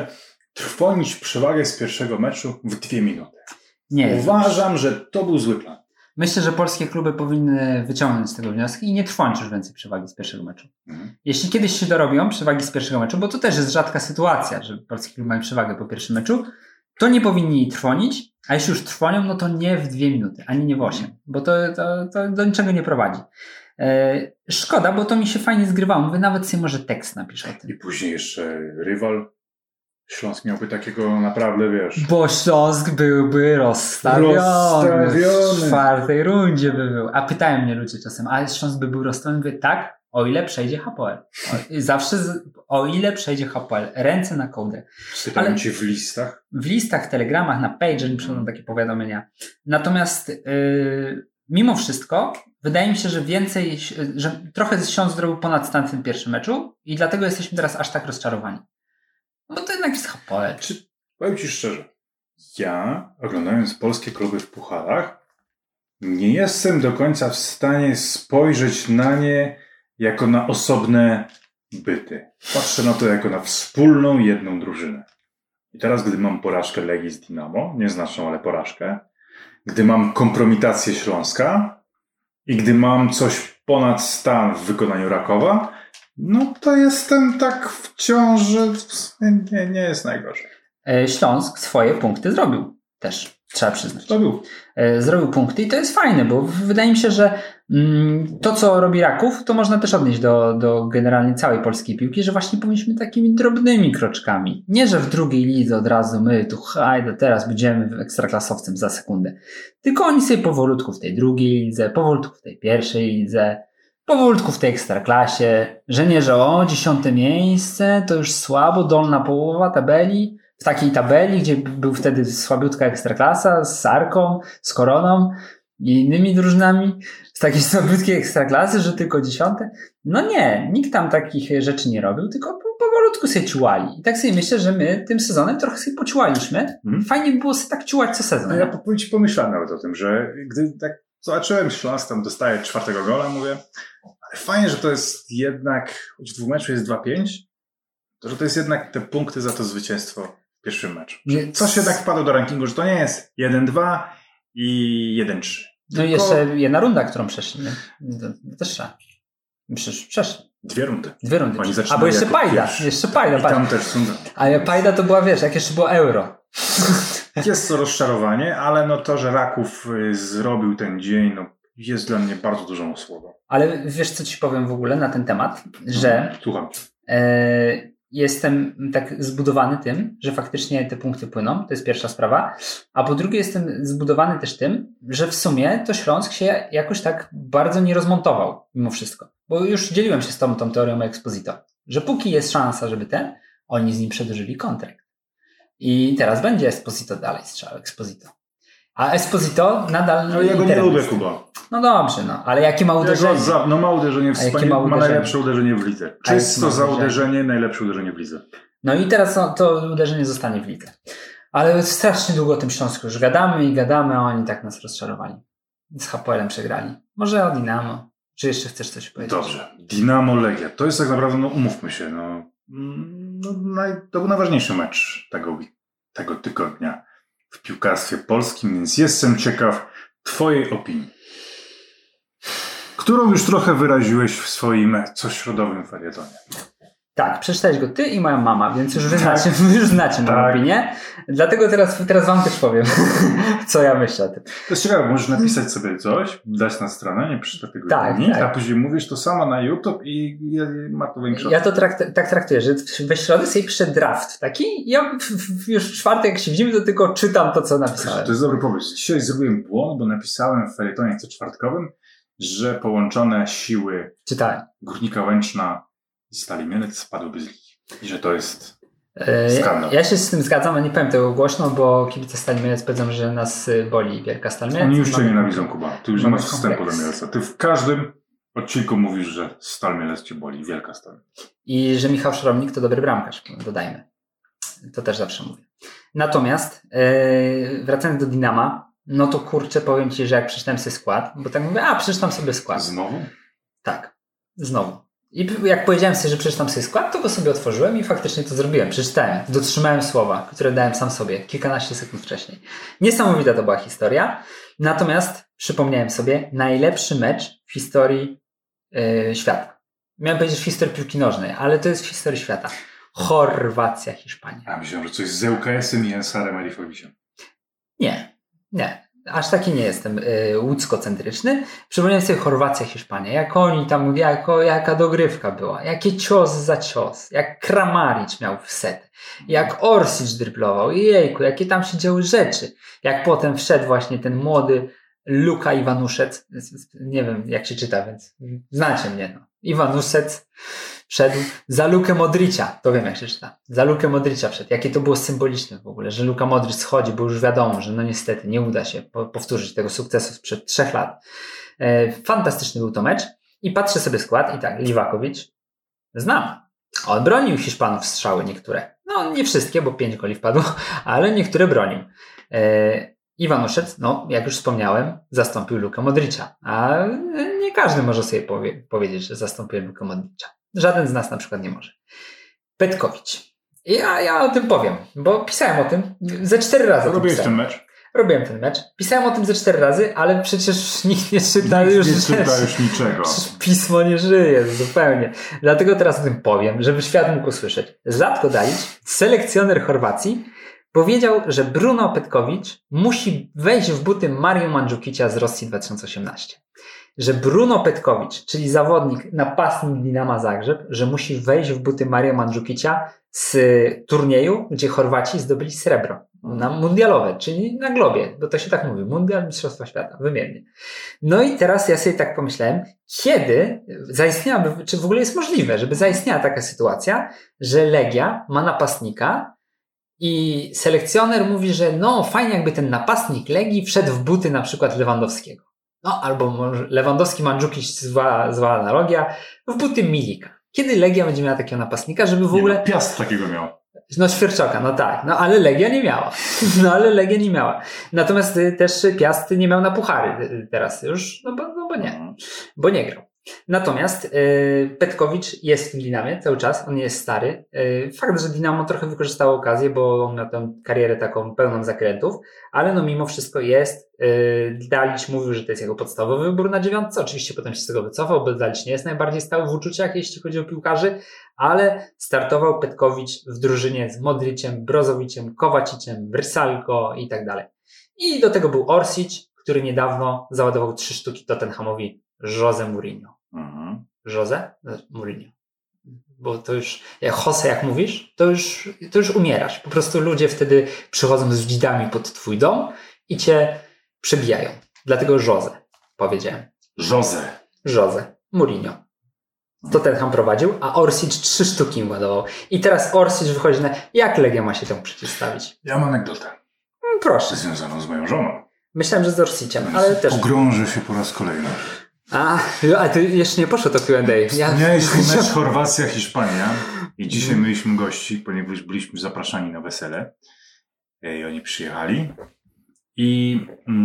trwonić przewagę z pierwszego meczu w dwie minuty. Nie. Uważam, że to był zły plan. Myślę, że polskie kluby powinny wyciągnąć z tego wnioski i nie trwonić już więcej przewagi z pierwszego meczu. Mhm. Jeśli kiedyś się dorobią przewagi z pierwszego meczu, bo to też jest rzadka sytuacja, że polski klub mają przewagę po pierwszym meczu, to nie powinni jej trwonić, a jeśli już trwonią, no to nie w dwie minuty, ani nie w osiem, bo to, to, to do niczego nie prowadzi. E, szkoda, bo to mi się fajnie zgrywało. Mówię, nawet sobie może tekst napiszę o tym. I później jeszcze rywal. Śląsk miałby takiego naprawdę, wiesz... Bo Śląsk byłby rozstawiony. rozstawiony. W czwartej rundzie by był. A pytają mnie ludzie czasem, a Śląsk by był rozstawiony? Mówię, tak, o ile przejdzie H P L. O, zawsze, z, o ile przejdzie H P L. Ręce na kołdrę. Pytają Ale cię w listach? W listach, telegramach, na pager mi przychodzą takie powiadomienia. Natomiast yy, mimo wszystko wydaje mi się, że więcej, że trochę Śląsk zrobił ponad stan w tym pierwszym meczu i dlatego jesteśmy teraz aż tak rozczarowani. No to jednak jest H P L. Czy, powiem ci szczerze, ja oglądając polskie kluby w pucharach nie jestem do końca w stanie spojrzeć na nie jako na osobne byty. Patrzę na to jako na wspólną jedną drużynę. I teraz, gdy mam porażkę Legii z Dynamo, nieznaczną, ale porażkę, gdy mam kompromitację Śląska i gdy mam coś ponad stan w wykonaniu Rakowa, no to jestem tak wciąż, że nie, nie jest najgorzej. Śląsk swoje punkty zrobił też, trzeba przyznać. Zrobił. Zrobił punkty i to jest fajne, bo wydaje mi się, że mm, to, co robi Raków, to można też odnieść do, do generalnie całej polskiej piłki, że właśnie powinniśmy takimi drobnymi kroczkami. Nie, że w drugiej lidze od razu my tu hajdę, teraz będziemy ekstraklasowcem za sekundę. Tylko oni sobie powolutku w tej drugiej lidze, powolutku w tej pierwszej lidze, powolutku w tej ekstraklasie, że nie, że o, dziesiąte miejsce, to już słabo, dolna połowa tabeli, w takiej tabeli, gdzie był wtedy słabiutka ekstraklasa z Arką, z Koroną i innymi drużynami, z takiej słabiutkiej ekstraklasy, że tylko dziesiąte. No nie, nikt tam takich rzeczy nie robił, tylko powolutku sobie ciułali. I tak sobie myślę, że my tym sezonem trochę sobie pociułaliśmy. Hmm. Fajnie by było sobie tak ciułać co sezon. No ja po ci pomyślałem nawet o tym, że gdy tak zobaczyłem Śląsk, tam dostaje czwartego gola, mówię, ale fajnie, że to jest jednak, choć w dwóch meczu jest dwa pięć, to że to jest jednak te punkty za to zwycięstwo w pierwszym meczu. Nie, coś jednak wpadło do rankingu, że to nie jest jeden dwa i jeden trzy. No i jeszcze jedna runda, którą przeszli. To, to też trzeba. Przecież przeszli. Dwie rundy. Dwie rundy. Oni A bo jeszcze Pajda. Pierwszy. Jeszcze Pajda. I tam też są. Ale Pajda to była, wiesz, jak jeszcze było euro. Jest to rozczarowanie, ale no to, że Raków zrobił ten dzień, no jest dla mnie bardzo dużą osłoną. Ale wiesz, co ci powiem w ogóle na ten temat? Że Słucham. E, jestem tak zbudowany tym, że faktycznie te punkty płyną. To jest pierwsza sprawa. A po drugie jestem zbudowany też tym, że w sumie to Śląsk się jakoś tak bardzo nie rozmontował mimo wszystko. Bo już dzieliłem się z tobą tą teorią Exposito. Że póki jest szansa, żeby ten, oni z nim przedłużyli kontrakt. I teraz będzie Esposito dalej strzał, Exposito. A Esposito nadal... No ja go nie lubię, Kuba. No dobrze, no. Ale jakie ma uderzenie? Za, no ma uderzenie w Hiszpanii, ma, ma najlepsze uderzenie w lidze. Czysto za uderzenie, najlepsze uderzenie w lidze. No i teraz no, to uderzenie zostanie w lidze. Ale strasznie długo o tym Śląsku już gadamy i gadamy, a oni tak nas rozczarowali. Z H P L-em przegrali. Może o Dynamo. Czy jeszcze chcesz coś powiedzieć? Dobrze. Dynamo Legia. To jest tak naprawdę, no umówmy się, no, no naj, to był najważniejszy mecz tego, tego tygodnia w piłkarstwie polskim, więc jestem ciekaw twojej opinii, którą już trochę wyraziłeś w swoim cośrodowym felietonie. Tak, przeczytałeś go ty i moja mama, więc już wy znacie, już znacie moją tak. opinię. Dlatego teraz, teraz wam też powiem, co ja myślę o tym. To jest ciekawe, możesz napisać sobie coś, dać na stronę, nie przeczyta tego tak, nikt, tak. a później mówisz to samo na YouTube i ma to większość. Ja to trakt, tak traktuję, że we środę sobie piszę draft taki, ja już w czwartek jak się widzimy, to tylko czytam to, co napisałem. To jest dobry pomysł. Dzisiaj zrobiłem błąd, bo napisałem w felietonie co czwartkowym, że połączone siły Czytałem. Górnika Łęczna i Stali Mielec spadłyby z ligi. I że to jest skandal. Ja się z tym zgadzam, a nie powiem tego głośno, bo kibice Stali Mielec powiedzą, że nas boli wielka Stal Mielec. Oni już cię nienawidzą, Kuba. Ty już nie masz wstępu do Mielca. Ty w każdym odcinku mówisz, że Stal Mielec cię boli. Wielka Stal. I że Michał Szromnik to dobry bramkarz, dodajmy. To też zawsze mówię. Natomiast yy, wracając do Dynama, no to kurczę, powiem ci, że jak przeczytałem sobie skład, bo tak mówię, a przeczytam sobie skład. Znowu? Tak, znowu. I jak powiedziałem sobie, że przeczytam sobie skład, to go sobie otworzyłem i faktycznie to zrobiłem. Przeczytałem, dotrzymałem słowa, które dałem sam sobie kilkanaście sekund wcześniej. Niesamowita to była historia. Natomiast przypomniałem sobie najlepszy mecz w historii yy, świata. Miałem powiedzieć w historii piłki nożnej, ale to jest w historii świata. Chorwacja, Hiszpania. A myślałem, że coś z ŁKS-em i Ensarem Alifowisiem. Nie, nie. Aż taki nie jestem y, łódzkocentryczny. Przypomniałem sobie Chorwacja, Hiszpania. Jak oni tam, jako, jaka dogrywka była. Jakie cios za cios. Jak Kramaric miał w set. Jak Orsic dryblował. Jejku, jakie tam się działy rzeczy. Jak potem wszedł właśnie ten młody Luka Iwanuszec. Nie wiem jak się czyta, więc znacie mnie. No. Iwanuszec wszedł za Lukę Modricia. To wiem jak się czyta. Za Lukę Modricia wszedł. Jakie to było symboliczne w ogóle, że Luka Modric schodzi, bo już wiadomo, że no niestety nie uda się powtórzyć tego sukcesu sprzed trzech lat. E, fantastyczny był to mecz. I patrzę sobie skład i tak, Liwakowicz znam. On bronił Hiszpanów strzały niektóre. No nie wszystkie, bo pięć goli wpadło, ale niektóre bronił. E, Iwanuszec, no jak już wspomniałem, zastąpił Lukę Modricia. A nie każdy może sobie powie, powiedzieć, że zastąpił Lukę Modricia. Żaden z nas na przykład nie może. Petkowicz. Ja, ja o tym powiem, bo pisałem o tym ze cztery razy. Robiłeś ten mecz? Robiłem ten mecz. Pisałem o tym ze cztery razy, ale przecież nikt nie czyta nikt już. Nie czyta już niczego. Pismo nie żyje zupełnie. Dlatego teraz o tym powiem, żeby świat mógł usłyszeć. Zlatko Dalić, selekcjoner Chorwacji, powiedział, że Bruno Petkowicz musi wejść w buty Mario Mandzukicia z Rosji dwa tysiące osiemnaście. Że Bruno Petkowicz, czyli zawodnik, napastnik Dinama Zagrzeb, że musi wejść w buty Mario Mandzukicia z turnieju, gdzie Chorwaci zdobyli srebro. Na mundialowe, czyli na globie, bo to się tak mówi. Mundial, Mistrzostwa Świata, wymiennie. No i teraz ja sobie tak pomyślałem, kiedy zaistniałaby, czy w ogóle jest możliwe, żeby zaistniała taka sytuacja, że Legia ma napastnika i selekcjoner mówi, że no fajnie jakby ten napastnik Legii wszedł w buty na przykład Lewandowskiego. No albo może Lewandowski, Mandzukic, zła, zła analogia, w buty Milika. Kiedy Legia będzie miała takiego napastnika, żeby w ogóle... Nie, no, Piast takiego miał. No Świerczoka, no tak, no ale Legia nie miała. No ale Legia nie miała. Natomiast y, też Piast nie miał na puchary y, teraz już, no bo, no bo nie, bo nie grał. Natomiast y, Petkowicz jest w tym Dinamie cały czas, on nie jest stary. Y, fakt, że Dinamo trochę wykorzystało okazję, bo on miał tę karierę taką pełną zakrętów, ale no mimo wszystko jest. Y, Dalić mówił, że to jest jego podstawowy wybór na dziewiątce. Oczywiście potem się z tego wycofał, bo Dalić nie jest najbardziej stały w uczuciach, jeśli chodzi o piłkarzy, ale startował Petkowicz w drużynie z Modriciem, Brozowiciem, Kowaciciem, Vrsalko i tak dalej. I do tego był Orsic, który niedawno załadował trzy sztuki Tottenhamowi Jose Mourinho. Mhm. Jose? Mourinho. Bo to już, jak Jose jak mówisz, to już, to już umierasz. Po prostu ludzie wtedy przychodzą z dzidami pod twój dom i cię przebijają. Dlatego Jose powiedziałem. Jose. Jose Mourinho. Tottenham prowadził, a Orsic trzy sztuki im ładował. I teraz Orsic wychodzi na... Jak Legia ma się temu przeciwstawić? Ja mam anegdotę. Mm, proszę. Związaną z moją żoną. Myślałem, że z Orsiciem, ale też... Pogrążę się po raz kolejny. A, a ty jeszcze nie poszło to Q and A. Ja... Mieliśmy mecz Chorwacja-Hiszpania i dzisiaj mieliśmy gości, ponieważ byliśmy zapraszani na wesele. I oni przyjechali. I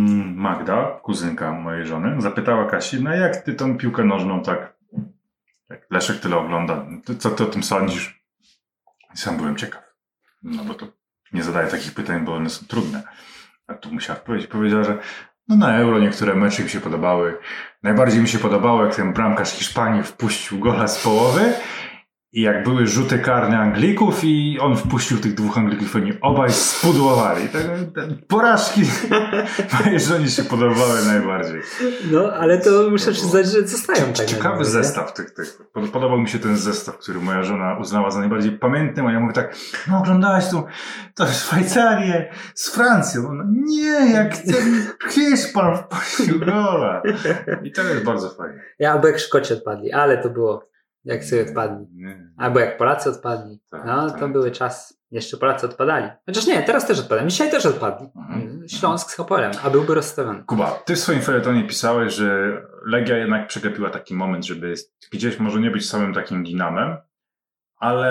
Magda, kuzynka mojej żony, zapytała Kasi, no jak ty tą piłkę nożną tak, jak Leszek tyle ogląda, co ty o tym sądzisz? I sam byłem ciekaw. No bo to nie zadaję takich pytań, bo one są trudne. A tu musiała powiedzieć, powiedziała, że no na Euro niektóre mecze mi się podobały. Najbardziej mi się podobało, jak ten bramkarz Hiszpanii wpuścił gola z połowy i jak były rzuty karne Anglików i on wpuścił tych dwóch Anglików, oni obaj spudłowali. Te, te porażki mojej żonie się podobały najbardziej. No, ale to muszę przyznać, że zostają tak. Ciekawy zestaw tych, tych. Podobał mi się ten zestaw, który moja żona uznała za najbardziej pamiętnym, a ja mówię tak, no oglądałaś tu to Szwajcarię z Francją. Ona, nie, jak ten Hiszpan wpuścił gola. I to jest bardzo fajne. Ja, albo jak Szkoci odpadli, ale to było jak sobie odpadli. Albo jak Polacy odpadli. Tak, no, tak, to były tak. czas. Jeszcze Polacy odpadali. Chociaż nie, teraz też odpadli. Dzisiaj też odpadli. Mhm. Śląsk z Choporem, a byłby rozstawiony. Kuba, ty w swoim felietonie pisałeś, że Legia jednak przegapiła taki moment, żeby gdzieś może nie być samym takim Dinamem, ale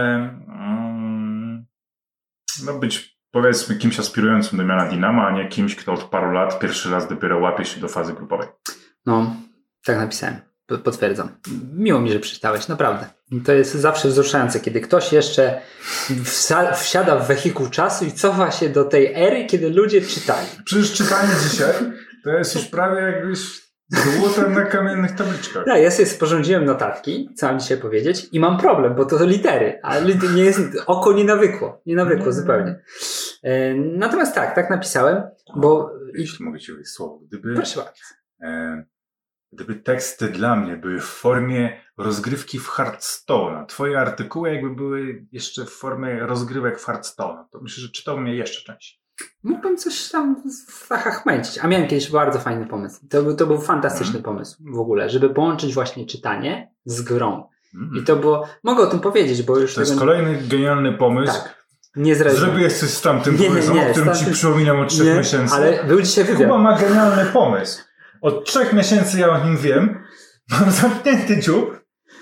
mm, no być powiedzmy kimś aspirującym do miana Dinama, a nie kimś, kto od paru lat pierwszy raz dopiero łapie się do fazy grupowej. No, tak napisałem. Potwierdzam. Miło mi, że przeczytałeś, naprawdę. To jest zawsze wzruszające, kiedy ktoś jeszcze wsa- wsiada w wehikuł czasu i cofa się do tej ery, kiedy ludzie czytali. Przecież czytanie dzisiaj to jest już prawie jakbyś złotem na kamiennych tabliczkach. Tak, ja sobie sporządziłem notatki, co mam dzisiaj powiedzieć i mam problem, bo to litery, a lit- nie jest, oko nie nawykło, nie nawykło zupełnie. E, natomiast tak, tak napisałem, bo... Jeśli mogę ci powiedzieć słowo, gdyby... Proszę bardzo. E, Gdyby teksty dla mnie były w formie rozgrywki w Hearthstone'a, twoje artykuły jakby były jeszcze w formie rozgrywek w Hearthstone'a, to myślę, że czytałbym je jeszcze częściej. Mógłbym coś tam w fachach męcić. A miałem kiedyś bardzo fajny pomysł. To był, to był fantastyczny mm. pomysł w ogóle, żeby połączyć właśnie czytanie z grą. Mm. I to było... Mogę o tym powiedzieć, bo już... To jest kolejny genialny pomysł. Tak. Nie zrealizuję. Zrobiłeś coś z tamtym pomysłem, o którym ci przypominam od trzech nie, miesięcy. Ale był dzisiaj wywiad. Kuba ma genialny pomysł. Od trzech miesięcy ja o nim wiem. Mam zamknięty dziób.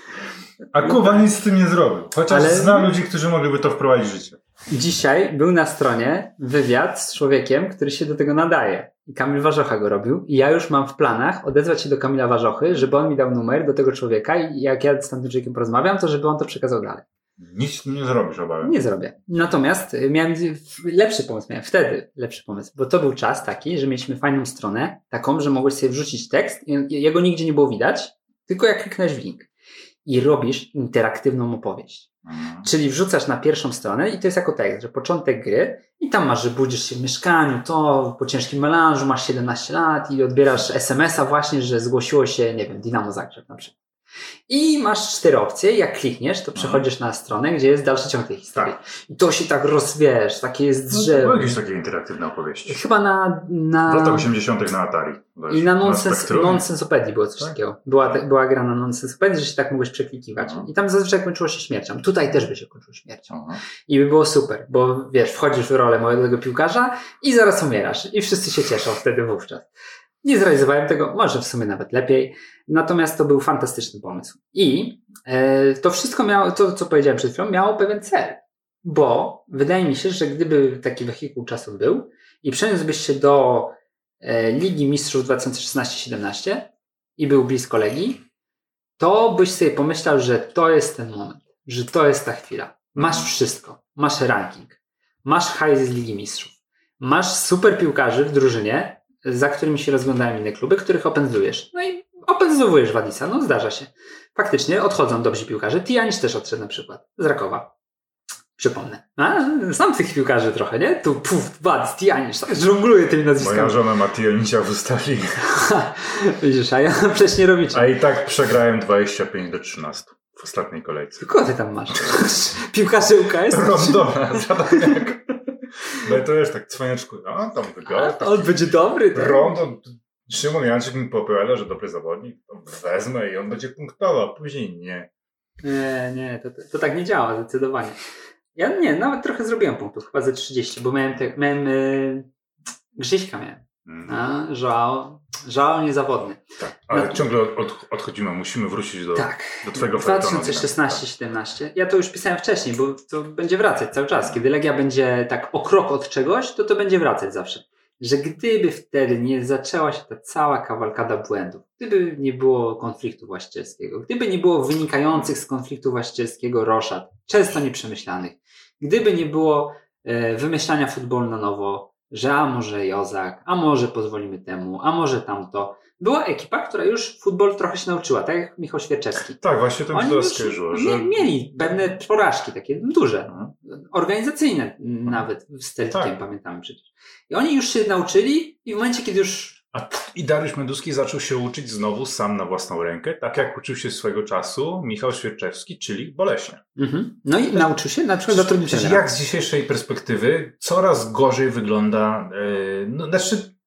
A Kuba nic z tym nie zrobił. Chociaż ale... zna ludzi, którzy mogliby to wprowadzić w życie. Dzisiaj był na stronie wywiad z człowiekiem, który się do tego nadaje. I Kamil Warzocha go robił. I ja już mam w planach odezwać się do Kamila Warzochy, żeby on mi dał numer do tego człowieka i jak ja z tamtym człowiekiem porozmawiam, to żeby on to przekazał dalej. Nic nie zrobisz, obawiam. Nie zrobię. Natomiast miałem lepszy pomysł, miałem wtedy lepszy pomysł, bo to był czas taki, że mieliśmy fajną stronę, taką, że mogłeś sobie wrzucić tekst i jego nigdzie nie było widać, tylko jak kliknąłeś w link. I robisz interaktywną opowieść. Mhm. Czyli wrzucasz na pierwszą stronę i to jest jako tekst, że początek gry i tam masz, że budzisz się w mieszkaniu, to po ciężkim melanżu, masz siedemnaście lat i odbierasz es em es a właśnie, że zgłosiło się, nie wiem, Dynamo Zagrzeb na przykład. I masz cztery opcje, jak klikniesz, to przechodzisz na stronę, gdzie jest dalszy ciąg tej historii. Tak. I to się tak rozwiesz, takie jest drzewo. No, były jakieś takie interaktywne opowieści. Chyba na... na... W latach osiemdziesiątych na Atari. I na nonsens, Nonsensopedii było coś tak? takiego. Była, była gra na Nonsensopedii, że się tak mogłeś przeklikiwać. Aha. I tam zazwyczaj kończyło się śmiercią. Tutaj też by się kończyło śmiercią. Aha. I by było super, bo wiesz, wchodzisz w rolę młodego piłkarza i zaraz umierasz. I wszyscy się cieszą wtedy wówczas. Nie zrealizowałem tego, może w sumie nawet lepiej. Natomiast to był fantastyczny pomysł. I e, to wszystko miało, to co powiedziałem przed chwilą, miało pewien cel. Bo wydaje mi się, że gdyby taki wehikuł czasu był i przeniósłbyś się do e, Ligi Mistrzów dwa tysiące szesnaście siedemnaście i był blisko Legii, to byś sobie pomyślał, że to jest ten moment, że to jest ta chwila. Masz wszystko. Masz ranking. Masz hajs z Ligi Mistrzów. Masz super piłkarzy w drużynie, za którymi się rozglądają inne kluby, których opędzujesz. No i opędzowujesz Wadisa. No zdarza się. Faktycznie odchodzą dobrzy piłkarze. Tijanisz też odszedł na przykład. Z Rakowa. Przypomnę. A, znam tych piłkarzy trochę, nie? Tu puf, Wadis, Tijanisz. Tak żongluję tymi nazwiskami. Moja żona ma Tijanisia w ustali. Widzisz, a ja wcześniej robicie. A i tak przegrałem dwadzieścia pięć do trzynastu w ostatniej kolejce. Kogo ty tam masz? Piłkarze U K S? Rondona, zadaniak. No i to jest tak cwaniaczku, no tam wygląda. On będzie dobry. Tak? Rondon, Szymon Janczyk mi popełnia, że dobry zawodnik, to wezmę i on będzie punktował, później nie. Nie, nie, to, to, to tak nie działa zdecydowanie. Ja nie, nawet trochę zrobiłem punktów, chyba ze trzydzieści, bo miałem, te, miałem yy, Grzyśka miałem, mm. a Joao, Joao niezawodny. Tak, ale no, ciągle od, odchodzimy, musimy wrócić do, tak, do twojego dwa tysiące szesnaście siedemnaście. Ja to już pisałem wcześniej, bo to będzie wracać cały czas. Kiedy Legia będzie tak o krok od czegoś, to to będzie wracać zawsze. Że gdyby wtedy nie zaczęła się ta cała kawalkada błędów, gdyby nie było konfliktu właścicielskiego, gdyby nie było wynikających z konfliktu właścicielskiego roszad, często nieprzemyślanych, gdyby nie było e, wymyślania futbolu na nowo, że a może Jozak, a może pozwolimy temu, a może tamto. Była ekipa, która już futbol trochę się nauczyła, tak jak Michał Świerczewski. Tak, właśnie to mi to skojarzyło. Że... Mieli pewne porażki takie duże, mhm. organizacyjne nawet z Celticiem, tak. Pamiętamy przecież. I oni już się nauczyli i w momencie, kiedy już... A, I Dariusz Meduski zaczął się uczyć znowu sam na własną rękę, tak jak uczył się swego czasu Michał Świerczewski, czyli boleśnie. Mhm. No i nauczył się na przykład zatrudnić trenera. Jak z dzisiejszej perspektywy coraz gorzej wygląda... Yy, no, znaczy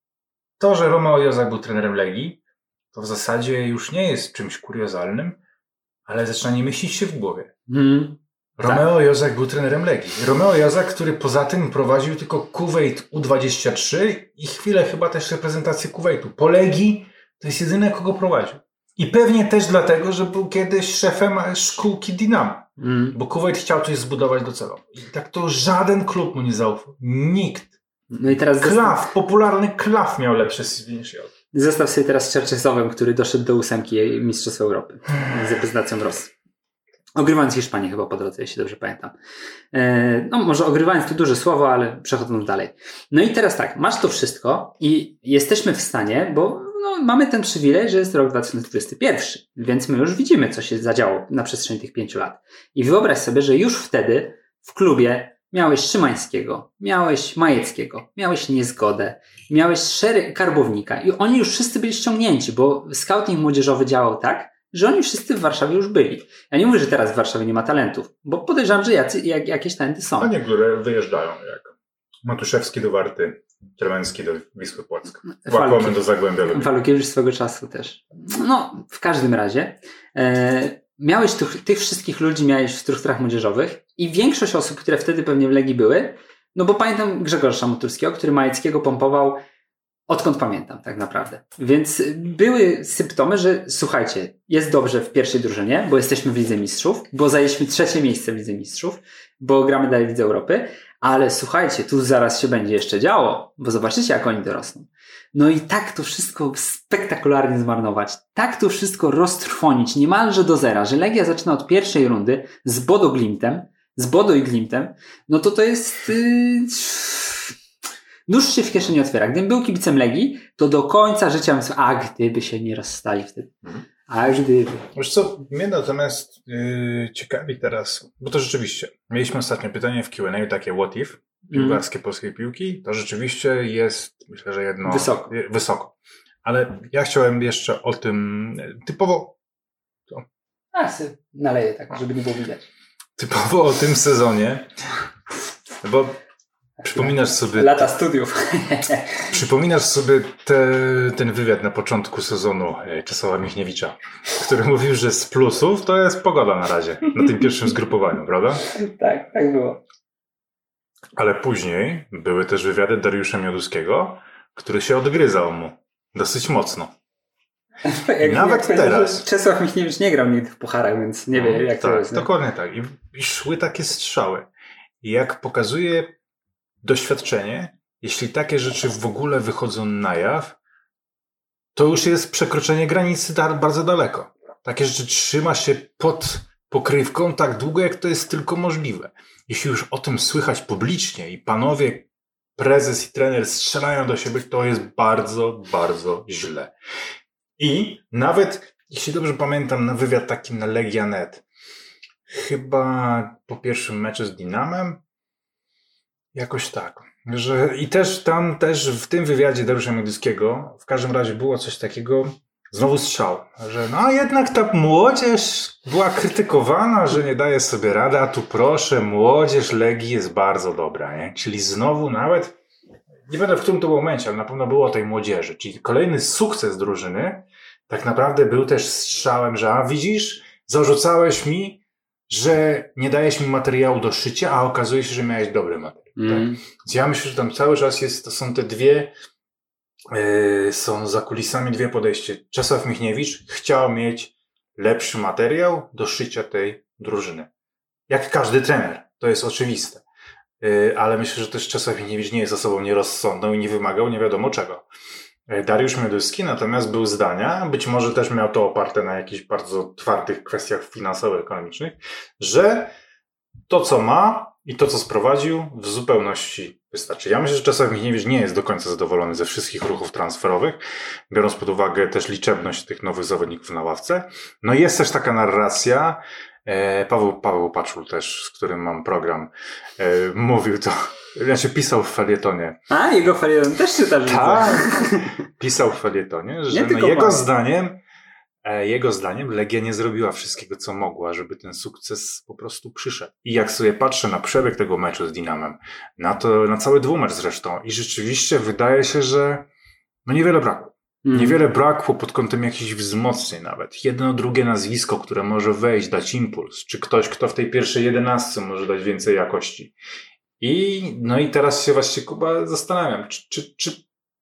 to, że Romeo Jozak był trenerem Legii, to w zasadzie już nie jest czymś kuriozalnym, ale zaczyna nie mieścić się w głowie. Hmm. Romeo tak. Jozak był trenerem Legii. Romeo Jozak, który poza tym prowadził tylko Kuwait U dwadzieścia trzy i chwilę chyba też reprezentację Kuwaitu. Po Legii to jest jedyne, kogo prowadził. I pewnie też dlatego, że był kiedyś szefem szkółki Dynamo. Hmm. Bo Kuwait chciał coś zbudować docelowo. I tak to żaden klub mu nie zaufał. Nikt. No i teraz Klaf, popularny Klaf miał lepsze C V niż Jozak. Zestaw sobie teraz z Czerczesowem, który doszedł do ósemki Mistrzostw Europy z reprezentacją Rosji. Ogrywając Hiszpanię chyba po drodze, jeśli dobrze pamiętam. No może ogrywając to duże słowo, ale przechodząc dalej. No i teraz tak, masz to wszystko i jesteśmy w stanie, bo no, mamy ten przywilej, że jest rok dwa tysiące dwudziesty pierwszy, więc my już widzimy, co się zadziało na przestrzeni tych pięciu lat. I wyobraź sobie, że już wtedy w klubie miałeś Szymańskiego, miałeś Majeckiego, miałeś Niezgodę, miałeś Szery Karbownika i oni już wszyscy byli ściągnięci, bo scouting młodzieżowy działał tak, że oni wszyscy w Warszawie już byli. Ja nie mówię, że teraz w Warszawie nie ma talentów, bo podejrzewam, że jacy, jak, jakieś talenty są. A niektóre wyjeżdżają, jak Matuszewski do Warty, Treleński do Wisły Płock, Łakomy do Zagłębia. Walukiewicz swego czasu też. No, w każdym razie e, miałeś tych, tych wszystkich ludzi miałeś w strukturach młodzieżowych i większość osób, które wtedy pewnie w Legii były, no bo pamiętam Grzegorza Moturskiego, który Majeckiego pompował odkąd pamiętam tak naprawdę. Więc były symptomy, że słuchajcie, jest dobrze w pierwszej drużynie, bo jesteśmy w Lidze Mistrzów, bo zajęliśmy trzecie miejsce w Lidze Mistrzów, bo gramy dalej w Lidze Europy, ale słuchajcie, tu zaraz się będzie jeszcze działo, bo zobaczycie, jak oni dorosną. No i tak to wszystko spektakularnie zmarnować, tak to wszystko roztrwonić niemalże do zera, że Legia zaczyna od pierwszej rundy z Bodo Glimtem, z Bodo i Glimtem, no to to jest... Yy... Nóż się w kieszeni otwiera. Gdybym był kibicem Legii, to do końca życia bym sobie, a gdyby się nie rozstali wtedy. A gdyby. Wiesz co, mnie natomiast yy, ciekawi teraz, bo to rzeczywiście, mieliśmy ostatnio pytanie w Q and A, takie what if, piłkarskie mm. polskiej piłki, to rzeczywiście jest, myślę, że jedno... Wysoko. Wysoko. Ale ja chciałem jeszcze o tym typowo... To, a, sobie naleję tak, żeby nie było widać. Typowo o tym sezonie, bo przypominasz sobie... Lata studiów. Przypominasz sobie te, ten wywiad na początku sezonu Czesława Michniewicza, który mówił, że z plusów to jest pogoda na razie, na tym pierwszym zgrupowaniu, prawda? Tak, tak było. Ale później były też wywiady Dariusza Mioduskiego, który się odgryzał mu dosyć mocno. jak, Nawet jak teraz. Czesław Michniewicz nie grał nigdy w pucharach, więc nie wie, jak tak, to jest. Nie? Dokładnie tak. I, I szły takie strzały. I jak pokazuje doświadczenie, jeśli takie rzeczy w ogóle wychodzą na jaw, to już jest przekroczenie granicy bardzo daleko. Takie rzeczy trzyma się pod pokrywką tak długo, jak to jest tylko możliwe. Jeśli już o tym słychać publicznie i panowie prezes i trener strzelają do siebie, to jest bardzo, bardzo źle. I nawet, jeśli dobrze pamiętam, na wywiad takim na Legia kropka net, chyba po pierwszym meczu z Dinamem, jakoś tak, że i też tam też w tym wywiadzie Dariusza Mioduskiego w każdym razie było coś takiego, znowu strzał, że no jednak ta młodzież była krytykowana, że nie daje sobie rady, a tu proszę, młodzież Legii jest bardzo dobra, nie? Czyli znowu nawet, nie będę w którym to momencie, ale na pewno było o tej młodzieży, czyli kolejny sukces drużyny tak naprawdę był też strzałem, że a widzisz, zarzucałeś mi, że nie dajesz mi materiału do szycia, a okazuje się, że miałeś dobry materiał. Mm. Tak? Więc ja myślę, że tam cały czas jest, to są te dwie, yy, są za kulisami dwie podejścia. Czesław Michniewicz chciał mieć lepszy materiał do szycia tej drużyny. Jak każdy trener, to jest oczywiste. Yy, ale myślę, że też Czesław Michniewicz nie jest osobą nierozsądną i nie wymagał nie wiadomo czego. Dariusz Mioduski natomiast był zdania, być może też miał to oparte na jakichś bardzo twardych kwestiach finansowych, ekonomicznych, że to co ma i to co sprowadził w zupełności wystarczy. Ja myślę, że Czesław Michniewicz nie jest do końca zadowolony ze wszystkich ruchów transferowych, biorąc pod uwagę też liczebność tych nowych zawodników na ławce. No i jest też taka narracja, Paweł, Paweł Paczul też, z którym mam program, mówił to, znaczy pisał w felietonie. A, jego felieton też czytasz. Tak, pisał w felietonie, że no jego zdaniem, jego zdaniem Legia nie zrobiła wszystkiego, co mogła, żeby ten sukces po prostu przyszedł. I jak sobie patrzę na przebieg tego meczu z Dinamem, na to, na cały dwumecz zresztą, i rzeczywiście wydaje się, że no niewiele brakło. Mm. Niewiele brakło pod kątem jakichś wzmocnień nawet. Jedno, drugie nazwisko, które może wejść, dać impuls. Czy ktoś, kto w tej pierwszej jedenastce może dać więcej jakości. I no i teraz się właśnie, Kuba, zastanawiam, czy, czy, czy,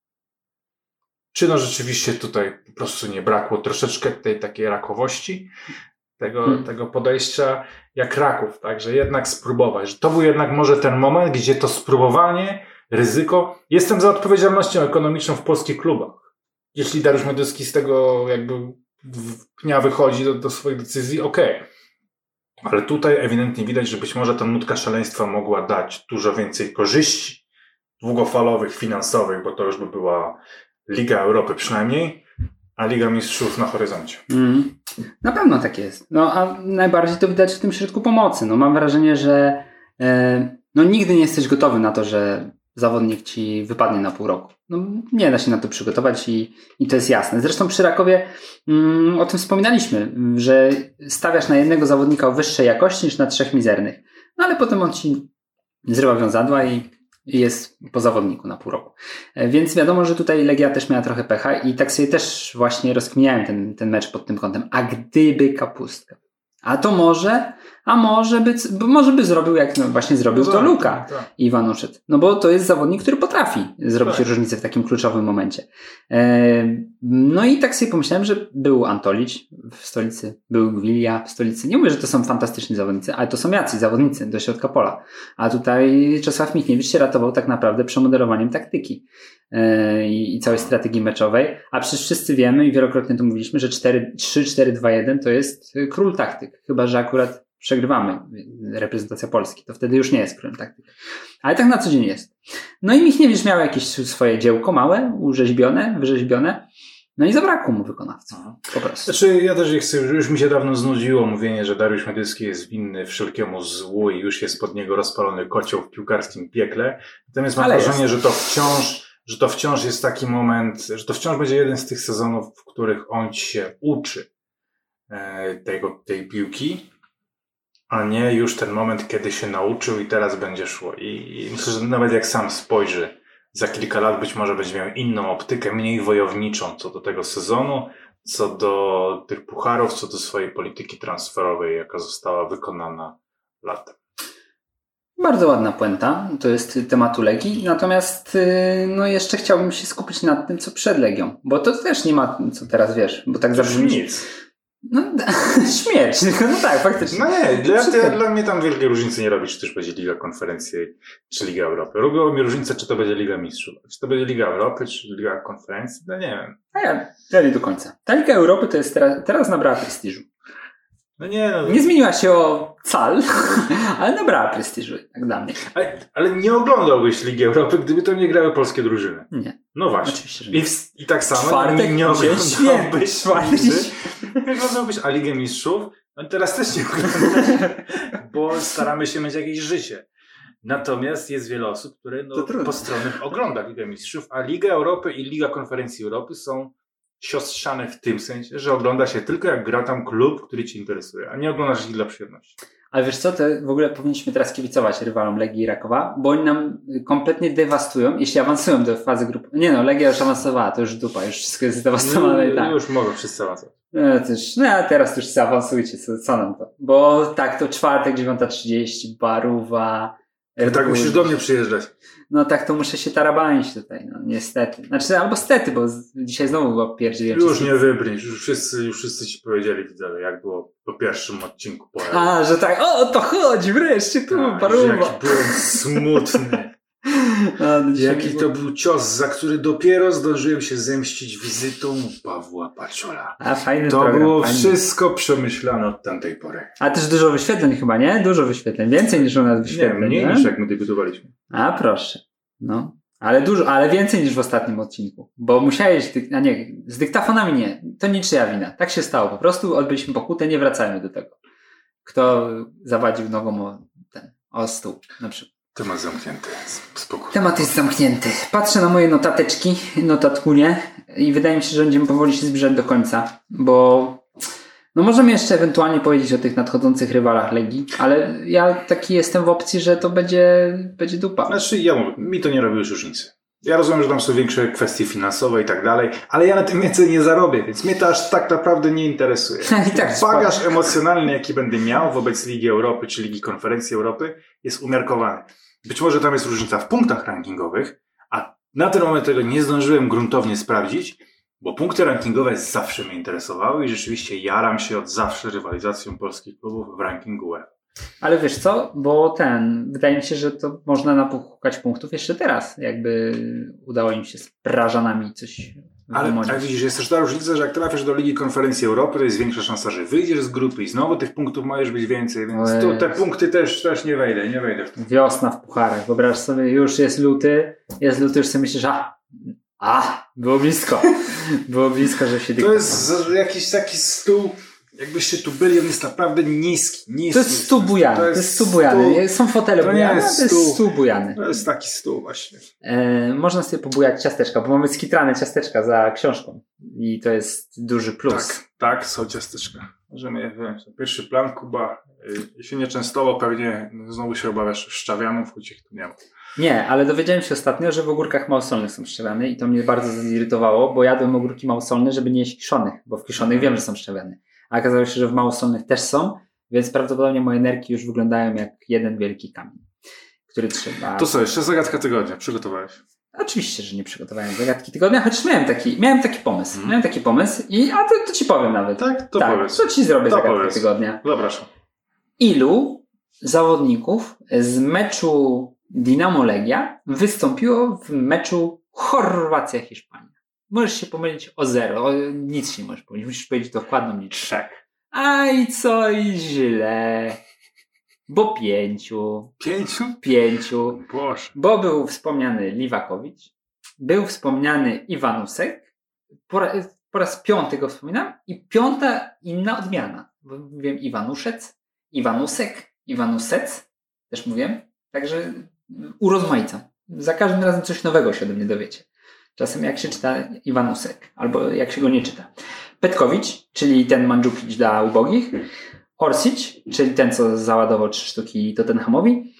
czy no rzeczywiście tutaj po prostu nie brakło troszeczkę tej takiej rakowości, tego, hmm. tego podejścia jak raków, tak, że jednak spróbować, że to był jednak może ten moment, gdzie to spróbowanie, ryzyko, jestem za odpowiedzialnością ekonomiczną w polskich klubach. jeśli Dariusz Medycki z tego jakby pnia wychodzi do, do swoich decyzji, okej. Okay. Ale tutaj ewidentnie widać, że być może ta nutka szaleństwa mogła dać dużo więcej korzyści długofalowych, finansowych, bo to już by była Liga Europy przynajmniej, a Liga Mistrzów na horyzoncie. Mm. Na pewno tak jest. No a najbardziej to widać w tym środku pomocy. No mam wrażenie, że e, no nigdy nie jesteś gotowy na to, że zawodnik ci wypadnie na pół roku. No nie da się na to przygotować i, i to jest jasne. Zresztą przy Rakowie mm, o tym wspominaliśmy, że stawiasz na jednego zawodnika o wyższej jakości niż na trzech mizernych. No ale potem on ci zrywa wiązadła i jest po zawodniku na pół roku. Więc wiadomo, że tutaj Legia też miała trochę pecha i tak sobie też właśnie rozkminiałem ten, ten mecz pod tym kątem. A gdyby Kapustka? A to może, a może by, może by zrobił, jak no właśnie zrobił no to Luka tak. i Iwanuszet. No bo to jest zawodnik, który potrafi zrobić tak. różnicę w takim kluczowym momencie. No i tak sobie pomyślałem, że był Antolić w stolicy, był Gwilia w stolicy. Nie mówię, że to są fantastyczni zawodnicy, ale to są jacyś zawodnicy do środka pola. A tutaj Czesław Michniewicz się ratował tak naprawdę przemodelowaniem taktyki i, i całej strategii meczowej. A przecież wszyscy wiemy i wielokrotnie to mówiliśmy, że trzy cztery dwa jeden to jest król taktyk. Chyba że akurat przegrywamy reprezentacja Polski. To wtedy już nie jest królem taktyk. Ale tak na co dzień jest. No i Michniewicz miał jakieś swoje dziełko małe, urzeźbione, wyrzeźbione. No i zabrakło mu wykonawców. Po prostu. Znaczy, ja też nie chcę, już mi się dawno znudziło mówienie, że Dariusz Medycki jest winny wszelkiemu złu i już jest pod niego rozpalony kocioł w piłkarskim piekle. Natomiast mam Ale wrażenie, jest. że to wciąż, że to wciąż jest taki moment, że to wciąż będzie jeden z tych sezonów, w których on się uczy e, tego, tej piłki, a nie już ten moment, kiedy się nauczył i teraz będzie szło. I, i myślę, że nawet jak sam spojrzy, za kilka lat być może będzie miał inną optykę, mniej wojowniczą co do tego sezonu, co do tych pucharów, co do swojej polityki transferowej, jaka została wykonana latem. Bardzo ładna puenta, to jest tematu Legii, natomiast no jeszcze chciałbym się skupić nad tym, co przed Legią, bo to też nie ma, co teraz wiesz, bo tak zabrzmi... nic. No, śmierć, tylko no tak, faktycznie. No nie, dla, dla, dla mnie tam wielkiej różnicy nie robi, czy też będzie Liga Konferencji, czy Liga Europy. Robiło mi różnicę, czy to będzie Liga Mistrzów, czy to będzie Liga Europy, czy Liga Konferencji, no nie wiem. A ja, ja nie do końca. Ta Liga Europy to jest teraz, teraz nabrała prestiżu. No nie, no. Nie zmieniła się o cal, ale nabrała prestiżu, tak dla mnie. Ale, ale nie oglądałbyś Ligi Europy, gdyby to nie grały polskie drużyny. Nie. No właśnie. Oczywiście, że nie. I, w, i tak samo Czwartek, nie, nie oglądałbyś Czwartek. Nie oglądałbyś a Ligę Mistrzów, no teraz też nie oglądasz, bo staramy się mieć jakieś życie. Natomiast jest wiele osób, które no, postronnych ogląda Ligę Mistrzów, a Liga Europy i Liga Konferencji Europy są siostrzane w tym sensie, że ogląda się tylko jak gra tam klub, który ci interesuje, a nie oglądasz ich dla przyjemności. Ale wiesz co, to w ogóle powinniśmy teraz kibicować rywalom Legii i Rakowa, bo oni nam kompletnie dewastują, jeśli awansują do fazy grupowej. Nie no, Legia już awansowała, to już dupa, już wszystko jest zdewastowane no, i tak. Już mogą wszyscy awansować. No, też, no a teraz już zaawansujcie, co, co nam to. Bo tak, to czwartek, dziewiąta trzydzieści, Barówa. No tak musisz do mnie przyjeżdżać. No tak, to muszę się tarabanić tutaj, no niestety. Znaczy, albo stety, bo z, dzisiaj znowu było pierdziel. Już nie wybrniesz, już wszyscy, już wszyscy ci powiedzieli, widzowie, jak było po pierwszym odcinku. Po A, że tak, o, to chodzi, wreszcie tu, Barówa. Jaki byłem smutny. No, jaki to był cios, za który dopiero zdążyłem się zemścić wizytą Pawła Paczola. A fajny To program, było fajny. wszystko przemyślane od tamtej pory. A też dużo wyświetleń chyba, nie? Dużo wyświetleń. Więcej niż u nas wyświetleń. Nie, mniej nie? niż jak my debiutowaliśmy. A proszę. No. Ale dużo, ale więcej niż w ostatnim odcinku. Bo musiałeś, a nie, z dyktafonami nie. To niczyja wina. Tak się stało. Po prostu odbyliśmy pokutę, nie wracajmy do tego. Kto zawadził nogą o ten, o stół na przykład. Temat zamknięty. Spokój. Temat jest zamknięty. Patrzę na moje notateczki, notatkunie i wydaje mi się, że będziemy powoli się zbliżać do końca, bo no możemy jeszcze ewentualnie powiedzieć o tych nadchodzących rywalach Legii, ale ja taki jestem w opcji, że to będzie, będzie dupa. Znaczy, ja mówię, mi to nie robi już różnicy. Ja rozumiem, że tam są większe kwestie finansowe i tak dalej, ale ja na tym więcej nie zarobię, więc mnie to aż tak naprawdę nie interesuje. I tak Bagaż spoko. emocjonalny, jaki będę miał wobec Ligi Europy czy Ligi Konferencji Europy, jest umiarkowany. Być może tam jest różnica w punktach rankingowych, a na ten moment tego nie zdążyłem gruntownie sprawdzić, bo punkty rankingowe zawsze mnie interesowały i rzeczywiście jaram się od zawsze rywalizacją polskich klubów w rankingu UEFA. Ale wiesz co, bo ten, wydaje mi się, że to można napukać punktów jeszcze teraz, jakby udało im się z Prażanami coś Ale, ale widzisz, jest też ta różnica, że jak trafisz do Ligi Konferencji Europy, to jest większa szansa, że wyjdziesz z grupy i znowu tych punktów możesz być więcej, więc tu te punkty też, też nie wejdę, nie wejdę w to. Wiosna w pucharach, wyobraź sobie, już jest luty, jest luty, już sobie myślisz, a, a, było blisko, było blisko, że się... To jest jakiś taki stół, jakbyście tu byli, on jest naprawdę niski, niski. To jest stół bujany, to jest, to jest stół bujany, są fotele bujane, to jest stół bujany. To jest taki stół właśnie. E, można sobie pobujać ciasteczka, bo mamy skitrane ciasteczka za książką i to jest duży plus. Tak, tak, są ciasteczka. Możemy je wziąć. Pierwszy plan, Kuba, jeśli nie częstowo, pewnie znowu się obawiasz szczawianów, choć ich tu nie ma. Nie, ale dowiedziałem się ostatnio, że w ogórkach małosolnych są szczawiane i to mnie bardzo zirytowało, bo jadłem ogórki małosolne, żeby nie jeść kiszonych, bo w kiszonych wiem, że są szczawiane. A okazało się, że w małosolnych też są, więc prawdopodobnie moje nerki już wyglądają jak jeden wielki kamień, który trzeba... To co, jeszcze zagadka tygodnia. Przygotowałeś? Oczywiście, że nie przygotowałem zagadki tygodnia, chociaż miałem taki, miałem taki pomysł. Hmm. Miałem taki pomysł i a to, to ci powiem nawet. Tak? To tak, powiedz. To ci zrobię to zagadkę powiedz. tygodnia. Zapraszam. Ilu zawodników z meczu Dinamo Legia wystąpiło w meczu Chorwacja-Hiszpania? Możesz się pomylić o zero, o nic się nie możesz pomylić, musisz powiedzieć dokładną liczbę. Trzech. A i co i źle, bo pięciu. Pięciu? Pięciu. Boże. Bo był wspomniany Liwakowicz, był wspomniany Iwanusek, po raz, po raz piąty go wspominam i piąta inna odmiana. Bo mówiłem Iwanuszec, Iwanusek, Iwanusec, też mówiłem, także urozmaicam. Za każdym razem coś nowego się ode mnie dowiecie. Czasem jak się czyta Iwanusek, albo jak się go nie czyta. Petkowicz, czyli ten Mandzukic dla ubogich. Orsic, czyli ten, co załadował trzy sztuki Tottenhamowi.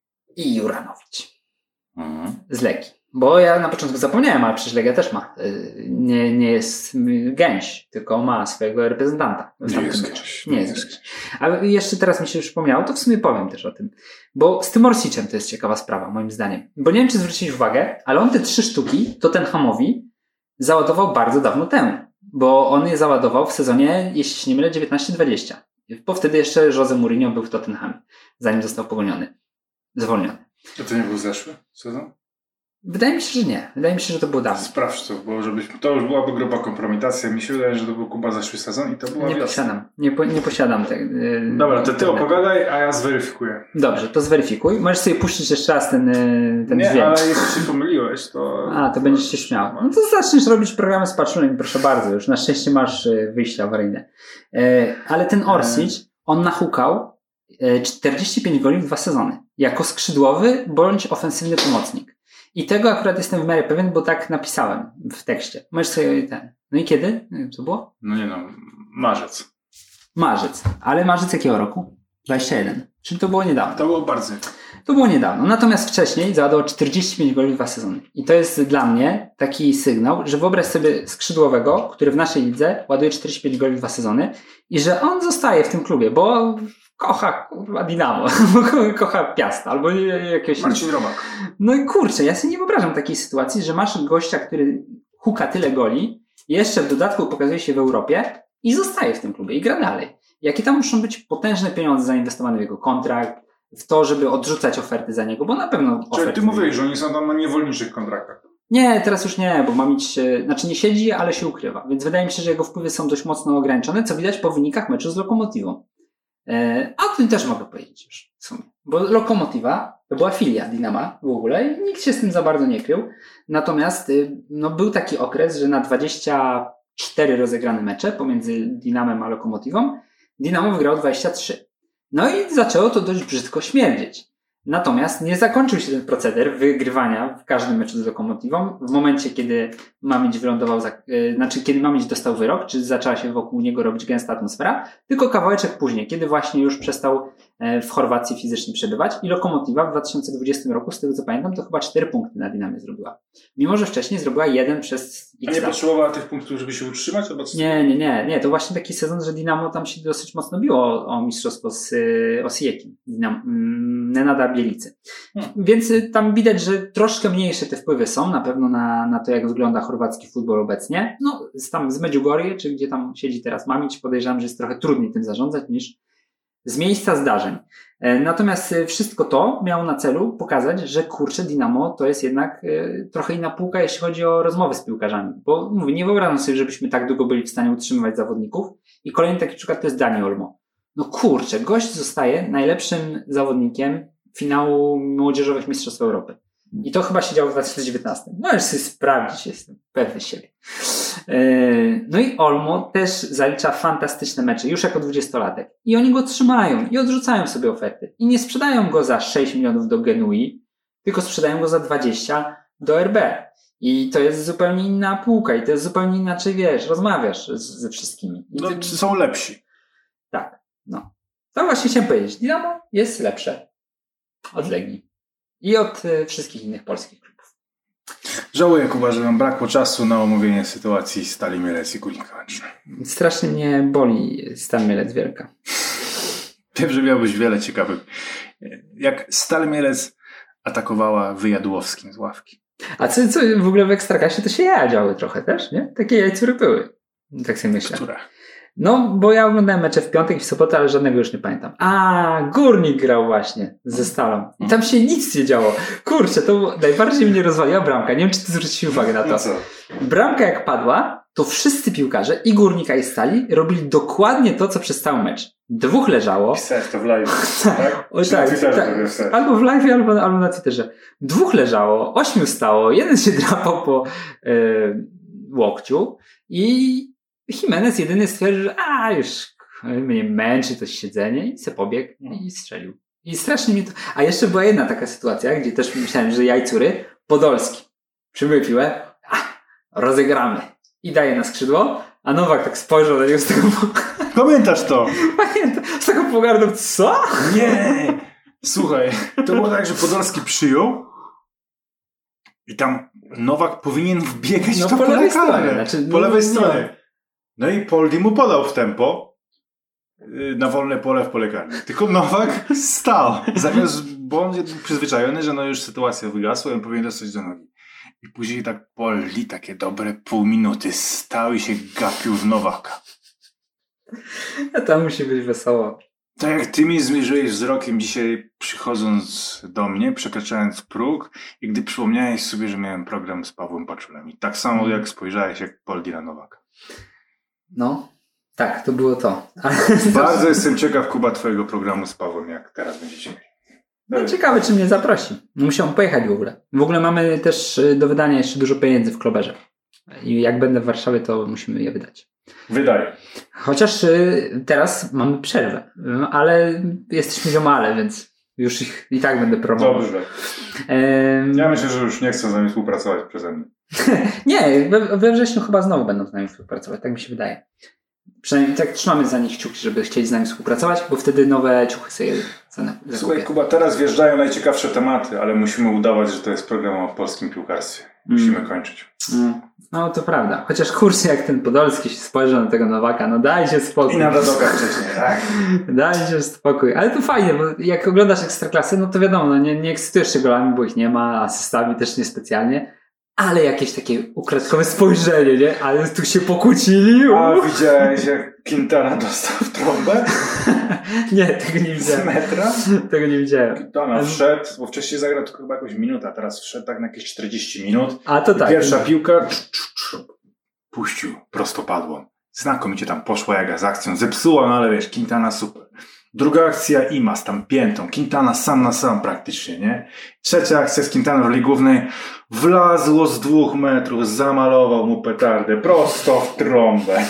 I Juranowicz. Mhm. Z Legii. Bo ja na początku zapomniałem, ale przecież Legia też ma. Nie, nie jest gęś, tylko ma swojego reprezentanta. Nie jest gęś. Nie jest gęś. Ale jeszcze teraz mi się przypomniało, to w sumie powiem też o tym. Bo z tym Orsicem to jest ciekawa sprawa, moim zdaniem. Bo nie wiem, czy zwróciłeś uwagę, ale on te trzy sztuki Tottenhamowi załadował bardzo dawno temu. Bo on je załadował w sezonie, jeśli się nie mylę, dziewiętnaście dwadzieścia. Bo wtedy jeszcze Jose Mourinho był w Tottenhamie, zanim został powolniony. Zwolniony. A to nie był zeszły sezon? Wydaje mi się, że nie. Wydaje mi się, że to było dawno. Sprawdź to, bo żebyś, to już byłaby gruba kompromitacja. Mi się wydaje, że to był Kuba zeszły sezon i to była Nie wiosna. posiadam. Nie, po, nie posiadam tego. Yy, Dobra, to ty opowiadaj, a ja zweryfikuję. Dobrze, to zweryfikuj. Możesz sobie puścić jeszcze raz ten, ten nie, dźwięk. ale jeśli się pomyliłeś, to... A, to będziesz się śmiał. No to zaczniesz robić programy z patrzonem, proszę bardzo. Już na szczęście masz wyjście awaryjne. Yy, ale ten Orsic, on nachukał czterdzieści pięć goli w dwa sezony. Jako skrzydłowy bądź ofensywny pomocnik. I tego akurat jestem w miarę pewien, bo tak napisałem w tekście. Możesz sobie ten. No i kiedy? Nie wiem, co było? No nie no, marzec. Marzec. Ale marzec jakiego roku? dwadzieścia jeden. Czyli to było niedawno. To było bardzo. To było niedawno. Natomiast wcześniej załadował czterdzieści pięć goli w dwa sezony. I to jest dla mnie taki sygnał, że wyobraź sobie skrzydłowego, który w naszej lidze ładuje czterdzieści pięć goli w dwa sezony i że on zostaje w tym klubie, bo kocha kurwa Dinamo, kocha Piasta albo jakiegoś... Marcin Robak. No i kurczę, ja sobie nie wyobrażam takiej sytuacji, że masz gościa, który huka tyle goli, jeszcze w dodatku pokazuje się w Europie i zostaje w tym klubie i gra dalej. Jakie tam muszą być potężne pieniądze zainwestowane w jego kontrakt, w to, żeby odrzucać oferty za niego, bo na pewno Czyli oferty... ty mówisz, że oni są tam na niewolniczych kontraktach. Nie, teraz już nie, bo ma mieć, znaczy nie siedzi, ale się ukrywa, więc wydaje mi się, że jego wpływy są dość mocno ograniczone, co widać po wynikach meczu z Lokomotywą. A o tym też mogę powiedzieć już w sumie, bo Lokomotywa to była filia Dinama w ogóle i nikt się z tym za bardzo nie krył, natomiast no, był taki okres, że na dwadzieścia cztery rozegrane mecze pomiędzy Dinamem a Lokomotywą Dinamo wygrało dwadzieścia trzy. No i zaczęło to dość brzydko śmierdzieć. Natomiast nie zakończył się ten proceder wygrywania w każdym meczu z Lokomotywą w momencie, kiedy Mamić wylądował, za, yy, znaczy kiedy Mamić dostał wyrok, czy zaczęła się wokół niego robić gęsta atmosfera, tylko kawałeczek później, kiedy właśnie już przestał yy, w Chorwacji fizycznie przebywać i Lokomotywa w dwa tysiące dwudziestym roku, z tego co pamiętam, to chyba cztery punkty na Dinamie zrobiła. Mimo, że wcześniej zrobiła jeden przez A X nie lat. potrzebowała tych punktów, żeby się utrzymać? Albo co? Nie, nie, nie, nie. To właśnie taki sezon, że Dinamo tam się dosyć mocno biło o, o mistrzostwo z y, Osijekiem. Dinamo, mm, Nenada Bielicy. Hmm. Więc y, tam widać, że troszkę mniejsze te wpływy są na pewno na, na to, jak wygląda chorwacki futbol obecnie. No, z, tam z Medjugorje, czy gdzie tam siedzi teraz Mamić, podejrzewam, że jest trochę trudniej tym zarządzać niż z miejsca zdarzeń. Natomiast wszystko to miało na celu pokazać, że kurczę, Dynamo to jest jednak trochę inna półka, jeśli chodzi o rozmowy z piłkarzami. Bo mówię, nie wyobrażam sobie, żebyśmy tak długo byli w stanie utrzymywać zawodników. I kolejny taki przykład to jest Dani Olmo. No kurczę, gość zostaje najlepszym zawodnikiem finału młodzieżowych Mistrzostw Europy. I to chyba się działo w dwa tysiące dziewiętnastym. Możesz sobie sprawdzić, jestem pewny siebie. No i Olmo też zalicza fantastyczne mecze, już jako dwudziestolatek. I oni go trzymają i odrzucają sobie oferty. I nie sprzedają go za sześć milionów do Genui, tylko sprzedają go za dwadzieścia do R B. I to jest zupełnie inna półka i to jest zupełnie inaczej, wiesz, rozmawiasz z, ze wszystkimi. I no, ty... są lepsi. Tak, no. To właśnie chciałem powiedzieć. Dynamo jest lepsze od Legii i od y, wszystkich innych polskich klubów. Żałuję, Kuba, że nam brakło czasu na omówienie sytuacji Stali Mielec i Górnika Łęczna. Strasznie mnie boli Stal Mielec Wielka. Wiem, że miałbyś wiele ciekawych. Jak Stal Mielec atakowała Wyjadłowskim z ławki. A co, co w ogóle w Ekstraklasie to się jaja działy trochę też, nie? Takie jajcury były. Tak sobie myślę. Które? No, bo ja oglądałem mecze w piątek i w sobotę, ale żadnego już nie pamiętam. A, Górnik grał właśnie ze Stalą. I tam się nic nie działo. Kurczę, to najbardziej mnie rozwaliła bramka. Nie wiem, czy ty zwróciłeś uwagę na to. No co? Bramka jak padła, to wszyscy piłkarze, i Górnika, i Stali, robili dokładnie to, co przez cały mecz. Dwóch leżało. Pisałeś to w live, tak? O, tak, tak. Albo w live, albo, albo na Twitterze. Dwóch leżało, ośmiu stało, jeden się drapał po yy, łokciu i Jimenez jedyny stwierdził, że a już mnie męczy to siedzenie i se pobiegł i strzelił. I strasznie mi to... A jeszcze była jedna taka sytuacja, gdzie też myślałem, że jajcury. Podolski przyjmuje piłę, a, rozegramy. I daje na skrzydło, a Nowak tak spojrzał na niego z tego... Pamiętasz to? Pamiętam, z taką pogardą, co? Nie! Słuchaj, to było tak, że Podolski przyjął i tam Nowak powinien wbiegać no, w to po lewej karę. stronie. Znaczy, po no, lewej no, stronie. No i Poldi mu podał w tempo yy, na wolne pole w pole karne. Tylko Nowak stał. Zamiast, bo on jest przyzwyczajony, że no już sytuacja wygasła i on powinien dostać do nogi. I później tak Poldi, takie dobre pół minuty stał i się gapił w Nowaka. A tam musi być wesoło. Tak jak ty mi zmierzyłeś wzrokiem dzisiaj przychodząc do mnie, przekraczając próg i gdy przypomniałeś sobie, że miałem program z Pawłem Paczulem. I tak samo jak spojrzałeś jak Poldi na Nowaka. No, tak, to było to. Ale bardzo jestem ciekaw, Kuba, twojego programu z Pawłem, jak teraz będziecie mieli. No, ciekawe, czy mnie zaprosi. Musiałem pojechać w ogóle. W ogóle mamy też do wydania jeszcze dużo pieniędzy w Kloberze. I jak będę w Warszawie, to musimy je wydać. Wydaje. Chociaż y, teraz mamy przerwę, y, ale jesteśmy ziomale, więc już ich i tak będę promował. Dobrze. Ehm... Ja myślę, że już nie chcę z nami współpracować przeze mnie. Nie, we, we wrześniu chyba znowu będą z nami współpracować, tak mi się wydaje. Przynajmniej tak trzymamy za nich kciuki, żeby chcieli z nami współpracować, bo wtedy nowe ciuchy sobie zakupię. Słuchaj, Kuba, teraz wjeżdżają najciekawsze tematy, ale musimy udawać, że to jest program o polskim piłkarstwie. Musimy mm. kończyć. Mm. No to prawda. Chociaż kurczę, jak ten Podolski się spojrzał na tego Nowaka, no dajcie spokój. I na Dadoka wcześniej, tak? Dajcie spokój. Ale to fajnie, bo jak oglądasz Ekstraklasy, no to wiadomo, no nie, nie ekscytujesz się golami, bo ich nie ma, asystami też niespecjalnie. Ale jakieś takie ukradkowe spojrzenie, nie? Ale tu się pokłócili. A widziałeś, jak Quintana dostał w trąbę? Nie, tego nie widziałem. Z metra? Tego nie widziałem. Quintana wszedł, bo wcześniej zagrał tylko chyba jakąś minutę, a teraz wszedł tak na jakieś czterdzieści minut. A to tak. Pierwsza piłka puścił prostopadłą. Znakomicie tam poszła jak z akcją. Zepsuła, no ale wiesz, Quintana super. Druga akcja Imas tam piętą. Quintana sam na sam praktycznie, nie? Trzecia akcja z Quintaną w roli głównej. Wlazło z dwóch metrów, zamalował mu petardę prosto w trąbę.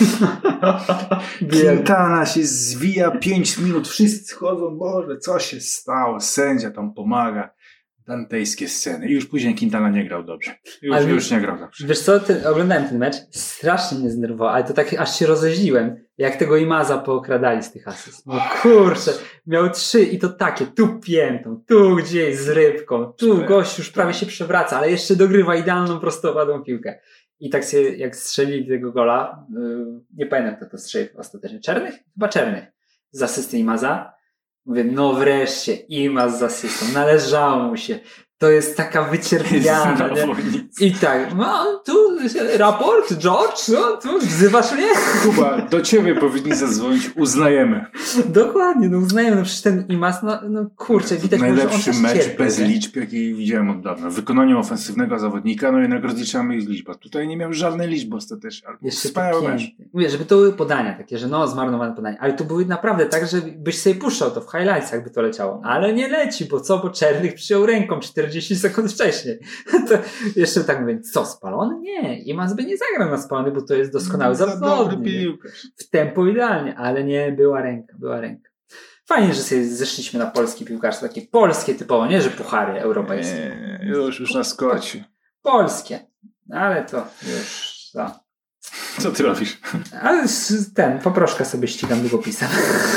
Quintana się zwija pięć minut, wszyscy chodzą, Boże, co się stało? Sędzia tam pomaga. Dantejskie sceny. I już później Quintana nie grał dobrze. Już, ale już nie grał dobrze. Wiesz co, ty, oglądałem ten mecz, strasznie mnie zdenerwował, ale to tak aż się rozeźliłem, jak tego Imaza pookradali z tych asyst. No kurczę, miał trzy i to takie, tu piętą, tu gdzieś z rybką, tu gość już prawie się przewraca, ale jeszcze dogrywa idealną prostopadłą piłkę. I tak się, jak strzelili tego gola, yy, nie pamiętam kto to strzelił ostatecznie, Czernych? Chyba Czernych, z asysty Imaza. Mówię, no wreszcie, Imaz z asystą, należało mu się. to jest taka wycierpiana. Nie? I tak, no tu raport, George, no, tu wzywasz mnie? Kuba, do ciebie powinni zadzwonić, uznajemy. Dokładnie, no uznajemy, no przecież ten Imas, no, no kurczę, widać, najlepszy że on mecz cierpi, bez nie? liczb, jaki widziałem od dawna. Wykonanie ofensywnego zawodnika, no jednak rozliczamy ich liczba. Tutaj nie miał żadnej liczby ostatecznie. Ale Jeszcze wspaniały mecz. Mówię, żeby to były podania takie, że no zmarnowane podania, ale to były naprawdę tak, że byś sobie puszczał to w highlightsach, by to leciało, ale nie leci, bo co, bo Czernych przyjął ręką czterdzieści sekund wcześniej. To jeszcze tak mówię, co, spalony? Nie, Imas by nie zagrał na spalony, bo to jest doskonały Za zawodnik. dobry piłkarz. W tempo idealnie, ale nie, była ręka, była ręka. Fajnie, że sobie zeszliśmy na polskie piłkarstwo, takie polskie typowo, nie, że puchary europejskie. Nie, nie, już, już na skocie. Polskie, ale to już, to. Co ty robisz? Ale ten, poproszkę sobie ścigam długopisem.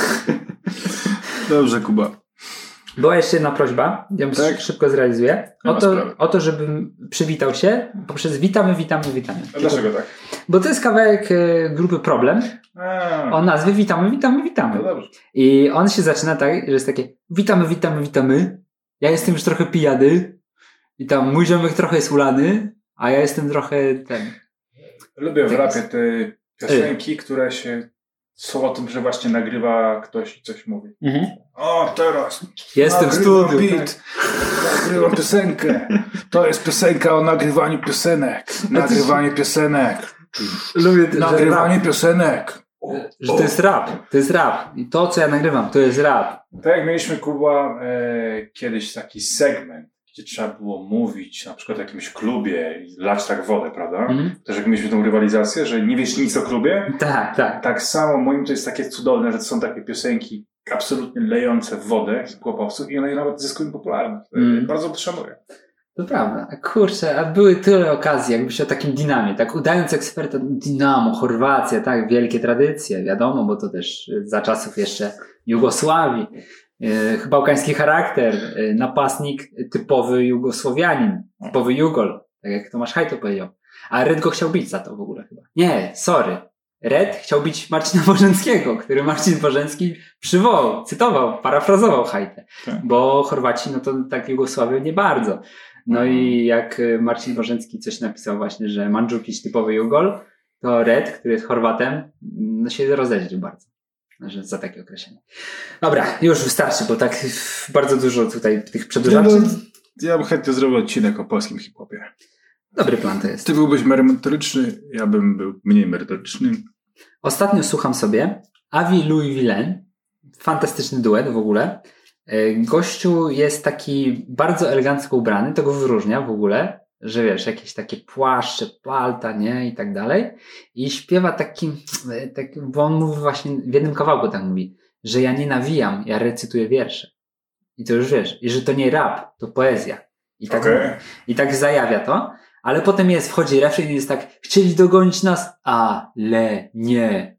Dobrze, Kuba. Była jeszcze jedna prośba, ja ją Tak? szybko zrealizuję. Nie O ma to, sprawy. o to, żebym przywitał się poprzez witamy, witamy, witamy. A dlaczego tak? Bo to jest kawałek e, grupy Problem A, o nazwie witamy, witamy, witamy. no dobrze. I on się zaczyna tak, że jest takie witamy, witamy, witamy. Ja jestem już trochę pijany i tam mój ziomek trochę jest ulany, a ja jestem trochę ten... Lubię w Tak rapie jest. te piosenki, które się są o tym, że właśnie nagrywa ktoś i coś mówi. Mhm. O, teraz Jestem w nagrywam studiu. beat, nagrywam piosenkę. To jest piosenka o nagrywaniu piosenek. Nagrywanie piosenek. Lubię, że Nagrywanie piosenek. O, Że to jest rap, to jest rap. I to, co ja nagrywam, to jest rap. Tak jak mieliśmy, Kuba, e, kiedyś taki segment, gdzie trzeba było mówić na przykład o jakimś klubie i lać tak wodę, prawda? Mhm. Też jak mieliśmy tą rywalizację, że nie wiesz nic o klubie. Tak, tak. Tak samo moim to jest takie cudowne, że to są takie piosenki absolutnie lejące w wodę z chłopowców i one nawet zyskują popularność. Mm. Bardzo to szanuję. To prawda. A kurczę, a były tyle okazji, jakbyś o takim Dinamie, tak udając eksperta Dinamo, Chorwacja, tak, wielkie tradycje, wiadomo, bo to też za czasów jeszcze Jugosławii, yy, bałkański charakter, yy, napastnik typowy Jugosłowianin, typowy Jugol, tak jak Tomasz Hajto powiedział. A Red go chciał bić za to w ogóle chyba. Nie, sorry. Red chciał bić Marcina Bożenckiego, który Marcin Bożencki przywołał, cytował, parafrazował Hajtę. Tak. Bo Chorwaci, no to tak Jugosławię nie bardzo. No i jak Marcin Bożencki coś napisał właśnie, że Mandzukic typowy Jugol, to Red, który jest Chorwatem, no się rozeźlił bardzo. Że za takie określenie. Dobra, już wystarczy, bo tak bardzo dużo tutaj tych przedłużaczy. Ja, no, ja bym chętnie zrobił odcinek o polskim hip-hopie. Dobry plan to jest. Ty byłbyś merytoryczny, ja bym był mniej merytoryczny. Ostatnio słucham sobie Avi Louis Villain. Fantastyczny duet w ogóle. Gościu jest taki bardzo elegancko ubrany, to go wyróżnia w ogóle, że wiesz, jakieś takie płaszcze, palta, nie, i tak dalej. I śpiewa taki, tak, bo on mówi właśnie, w jednym kawałku tak mówi, że ja nie nawijam, ja recytuję wiersze. I to już wiesz, i że to nie rap, to poezja. I tak, Okej. i tak zajawia to, ale potem jest, wchodzi refren i jest tak, chcieli dogonić nas, ale nie,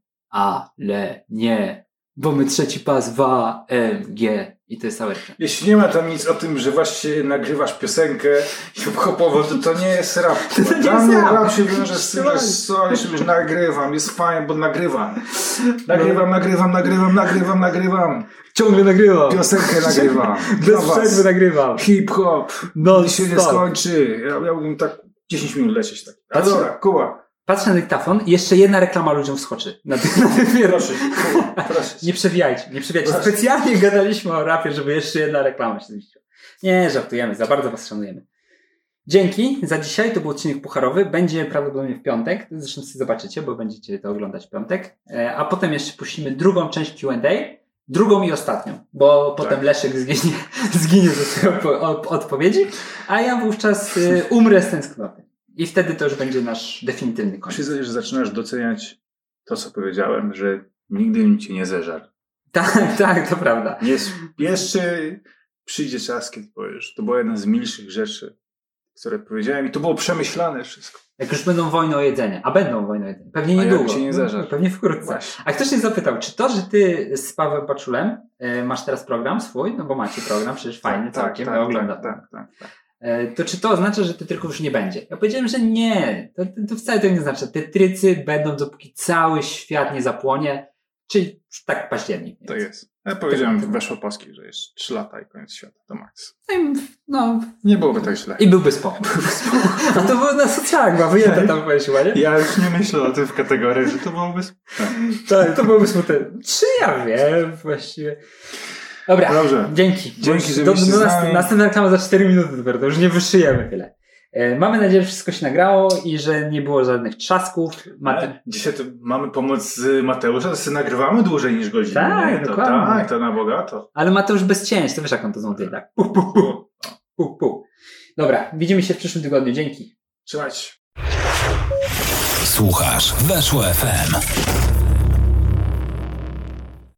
ale nie, bo my trzeci pas w A M G. I to jest cały refren. Jeśli nie ma tam nic o tym, że właśnie nagrywasz piosenkę hip-hopową, to to nie jest rap. To nie Dla jest mnie rap. rap się wiąże z tym, że sorry, że nagrywam, jest fajnie, bo nagrywam. Nagrywam, nagrywam, nagrywam, nagrywam, nagrywam. Ciągle nagrywam. Piosenkę nagrywam. Bez Dla was. przerwy nagrywam. Hip-hop. No, No się nie skończy. Ja, ja mógłbym tak dziesięć minut lecieć. Tak. Ale Patrz- dobra, Kuba. Patrz na dyktafon i jeszcze jedna reklama ludziom wskoczy. Na tym, na tym Proszę, Kuba, proszę. Nie przewijajcie, nie przewijajcie. Proszę. Specjalnie gadaliśmy o rapie, żeby jeszcze jedna reklama się zmieściła. Nie, żartujemy, za bardzo was szanujemy. Dzięki za dzisiaj, to był odcinek pucharowy. Będzie prawdopodobnie w piątek, zresztą sobie zobaczycie, bo będziecie to oglądać w piątek. E, A potem jeszcze puścimy drugą część Q and A, drugą i ostatnią, bo potem Tak. Leszek zginie, zginie ze swojej odpo- odpowiedzi, a ja wówczas y, umrę z tęsknoty. I wtedy to już będzie nasz definitywny koniec. Przyznaję, że zaczynasz doceniać to, co powiedziałem, że nigdy bym cię nie zeżarł. Tak, tak, to prawda. Jest, jeszcze przyjdzie czas, kiedy powiesz, to była jedna z milszych rzeczy, które powiedziałem i to było przemyślane wszystko. Jak już będą wojny o jedzenie, a będą wojny o jedzenie, pewnie A niedługo. jak cię nie zażar? Pewnie wkrótce. Właśnie. A ktoś mnie zapytał, czy to, że ty z Pawłem Paczulem y, masz teraz program swój, no bo macie program, przecież fajny tak, całkiem, tak, ja oglądam. tak, tak, tak, tak. Y, to czy to oznacza, że tetryków już nie będzie? Ja powiedziałem, że nie. To, to, to wcale tego nie znaczy. Tetrycy będą, dopóki cały świat nie zapłonie. Czyli tak październik. To jest. Ja powiedziałem w Weszło Polski, że jest trzy lata i koniec świata, to maks. No, Nie byłoby tak źle. i byłby spokój. No to było na socjalach, była wyjęta tam powiedziała, nie? Ja już nie myślę o tym w kategorii, że to byłoby To, to byłoby smutne. Czy ja wiem właściwie? Dobra, Dobrze. dzięki. Dzięki, że do, byliście do z nas, nami. Następna reklama za cztery minuty dopiero, to już nie wyszyjemy tyle. E, mamy nadzieję, że wszystko się nagrało i że nie było żadnych trzasków. Mate... Ale dzisiaj to mamy pomoc z Mateusza, to sobie nagrywamy dłużej niż godzinę. Tak, nie? to, dokładnie. tak, to na bogato. Ale Mateusz bez cięć, to wiesz jak on to zmontuje, tak? Puh, puh, puh. Puh, puh. Dobra, widzimy się w przyszłym tygodniu. Dzięki. Trzymajcie się. Słuchasz Weszło F M.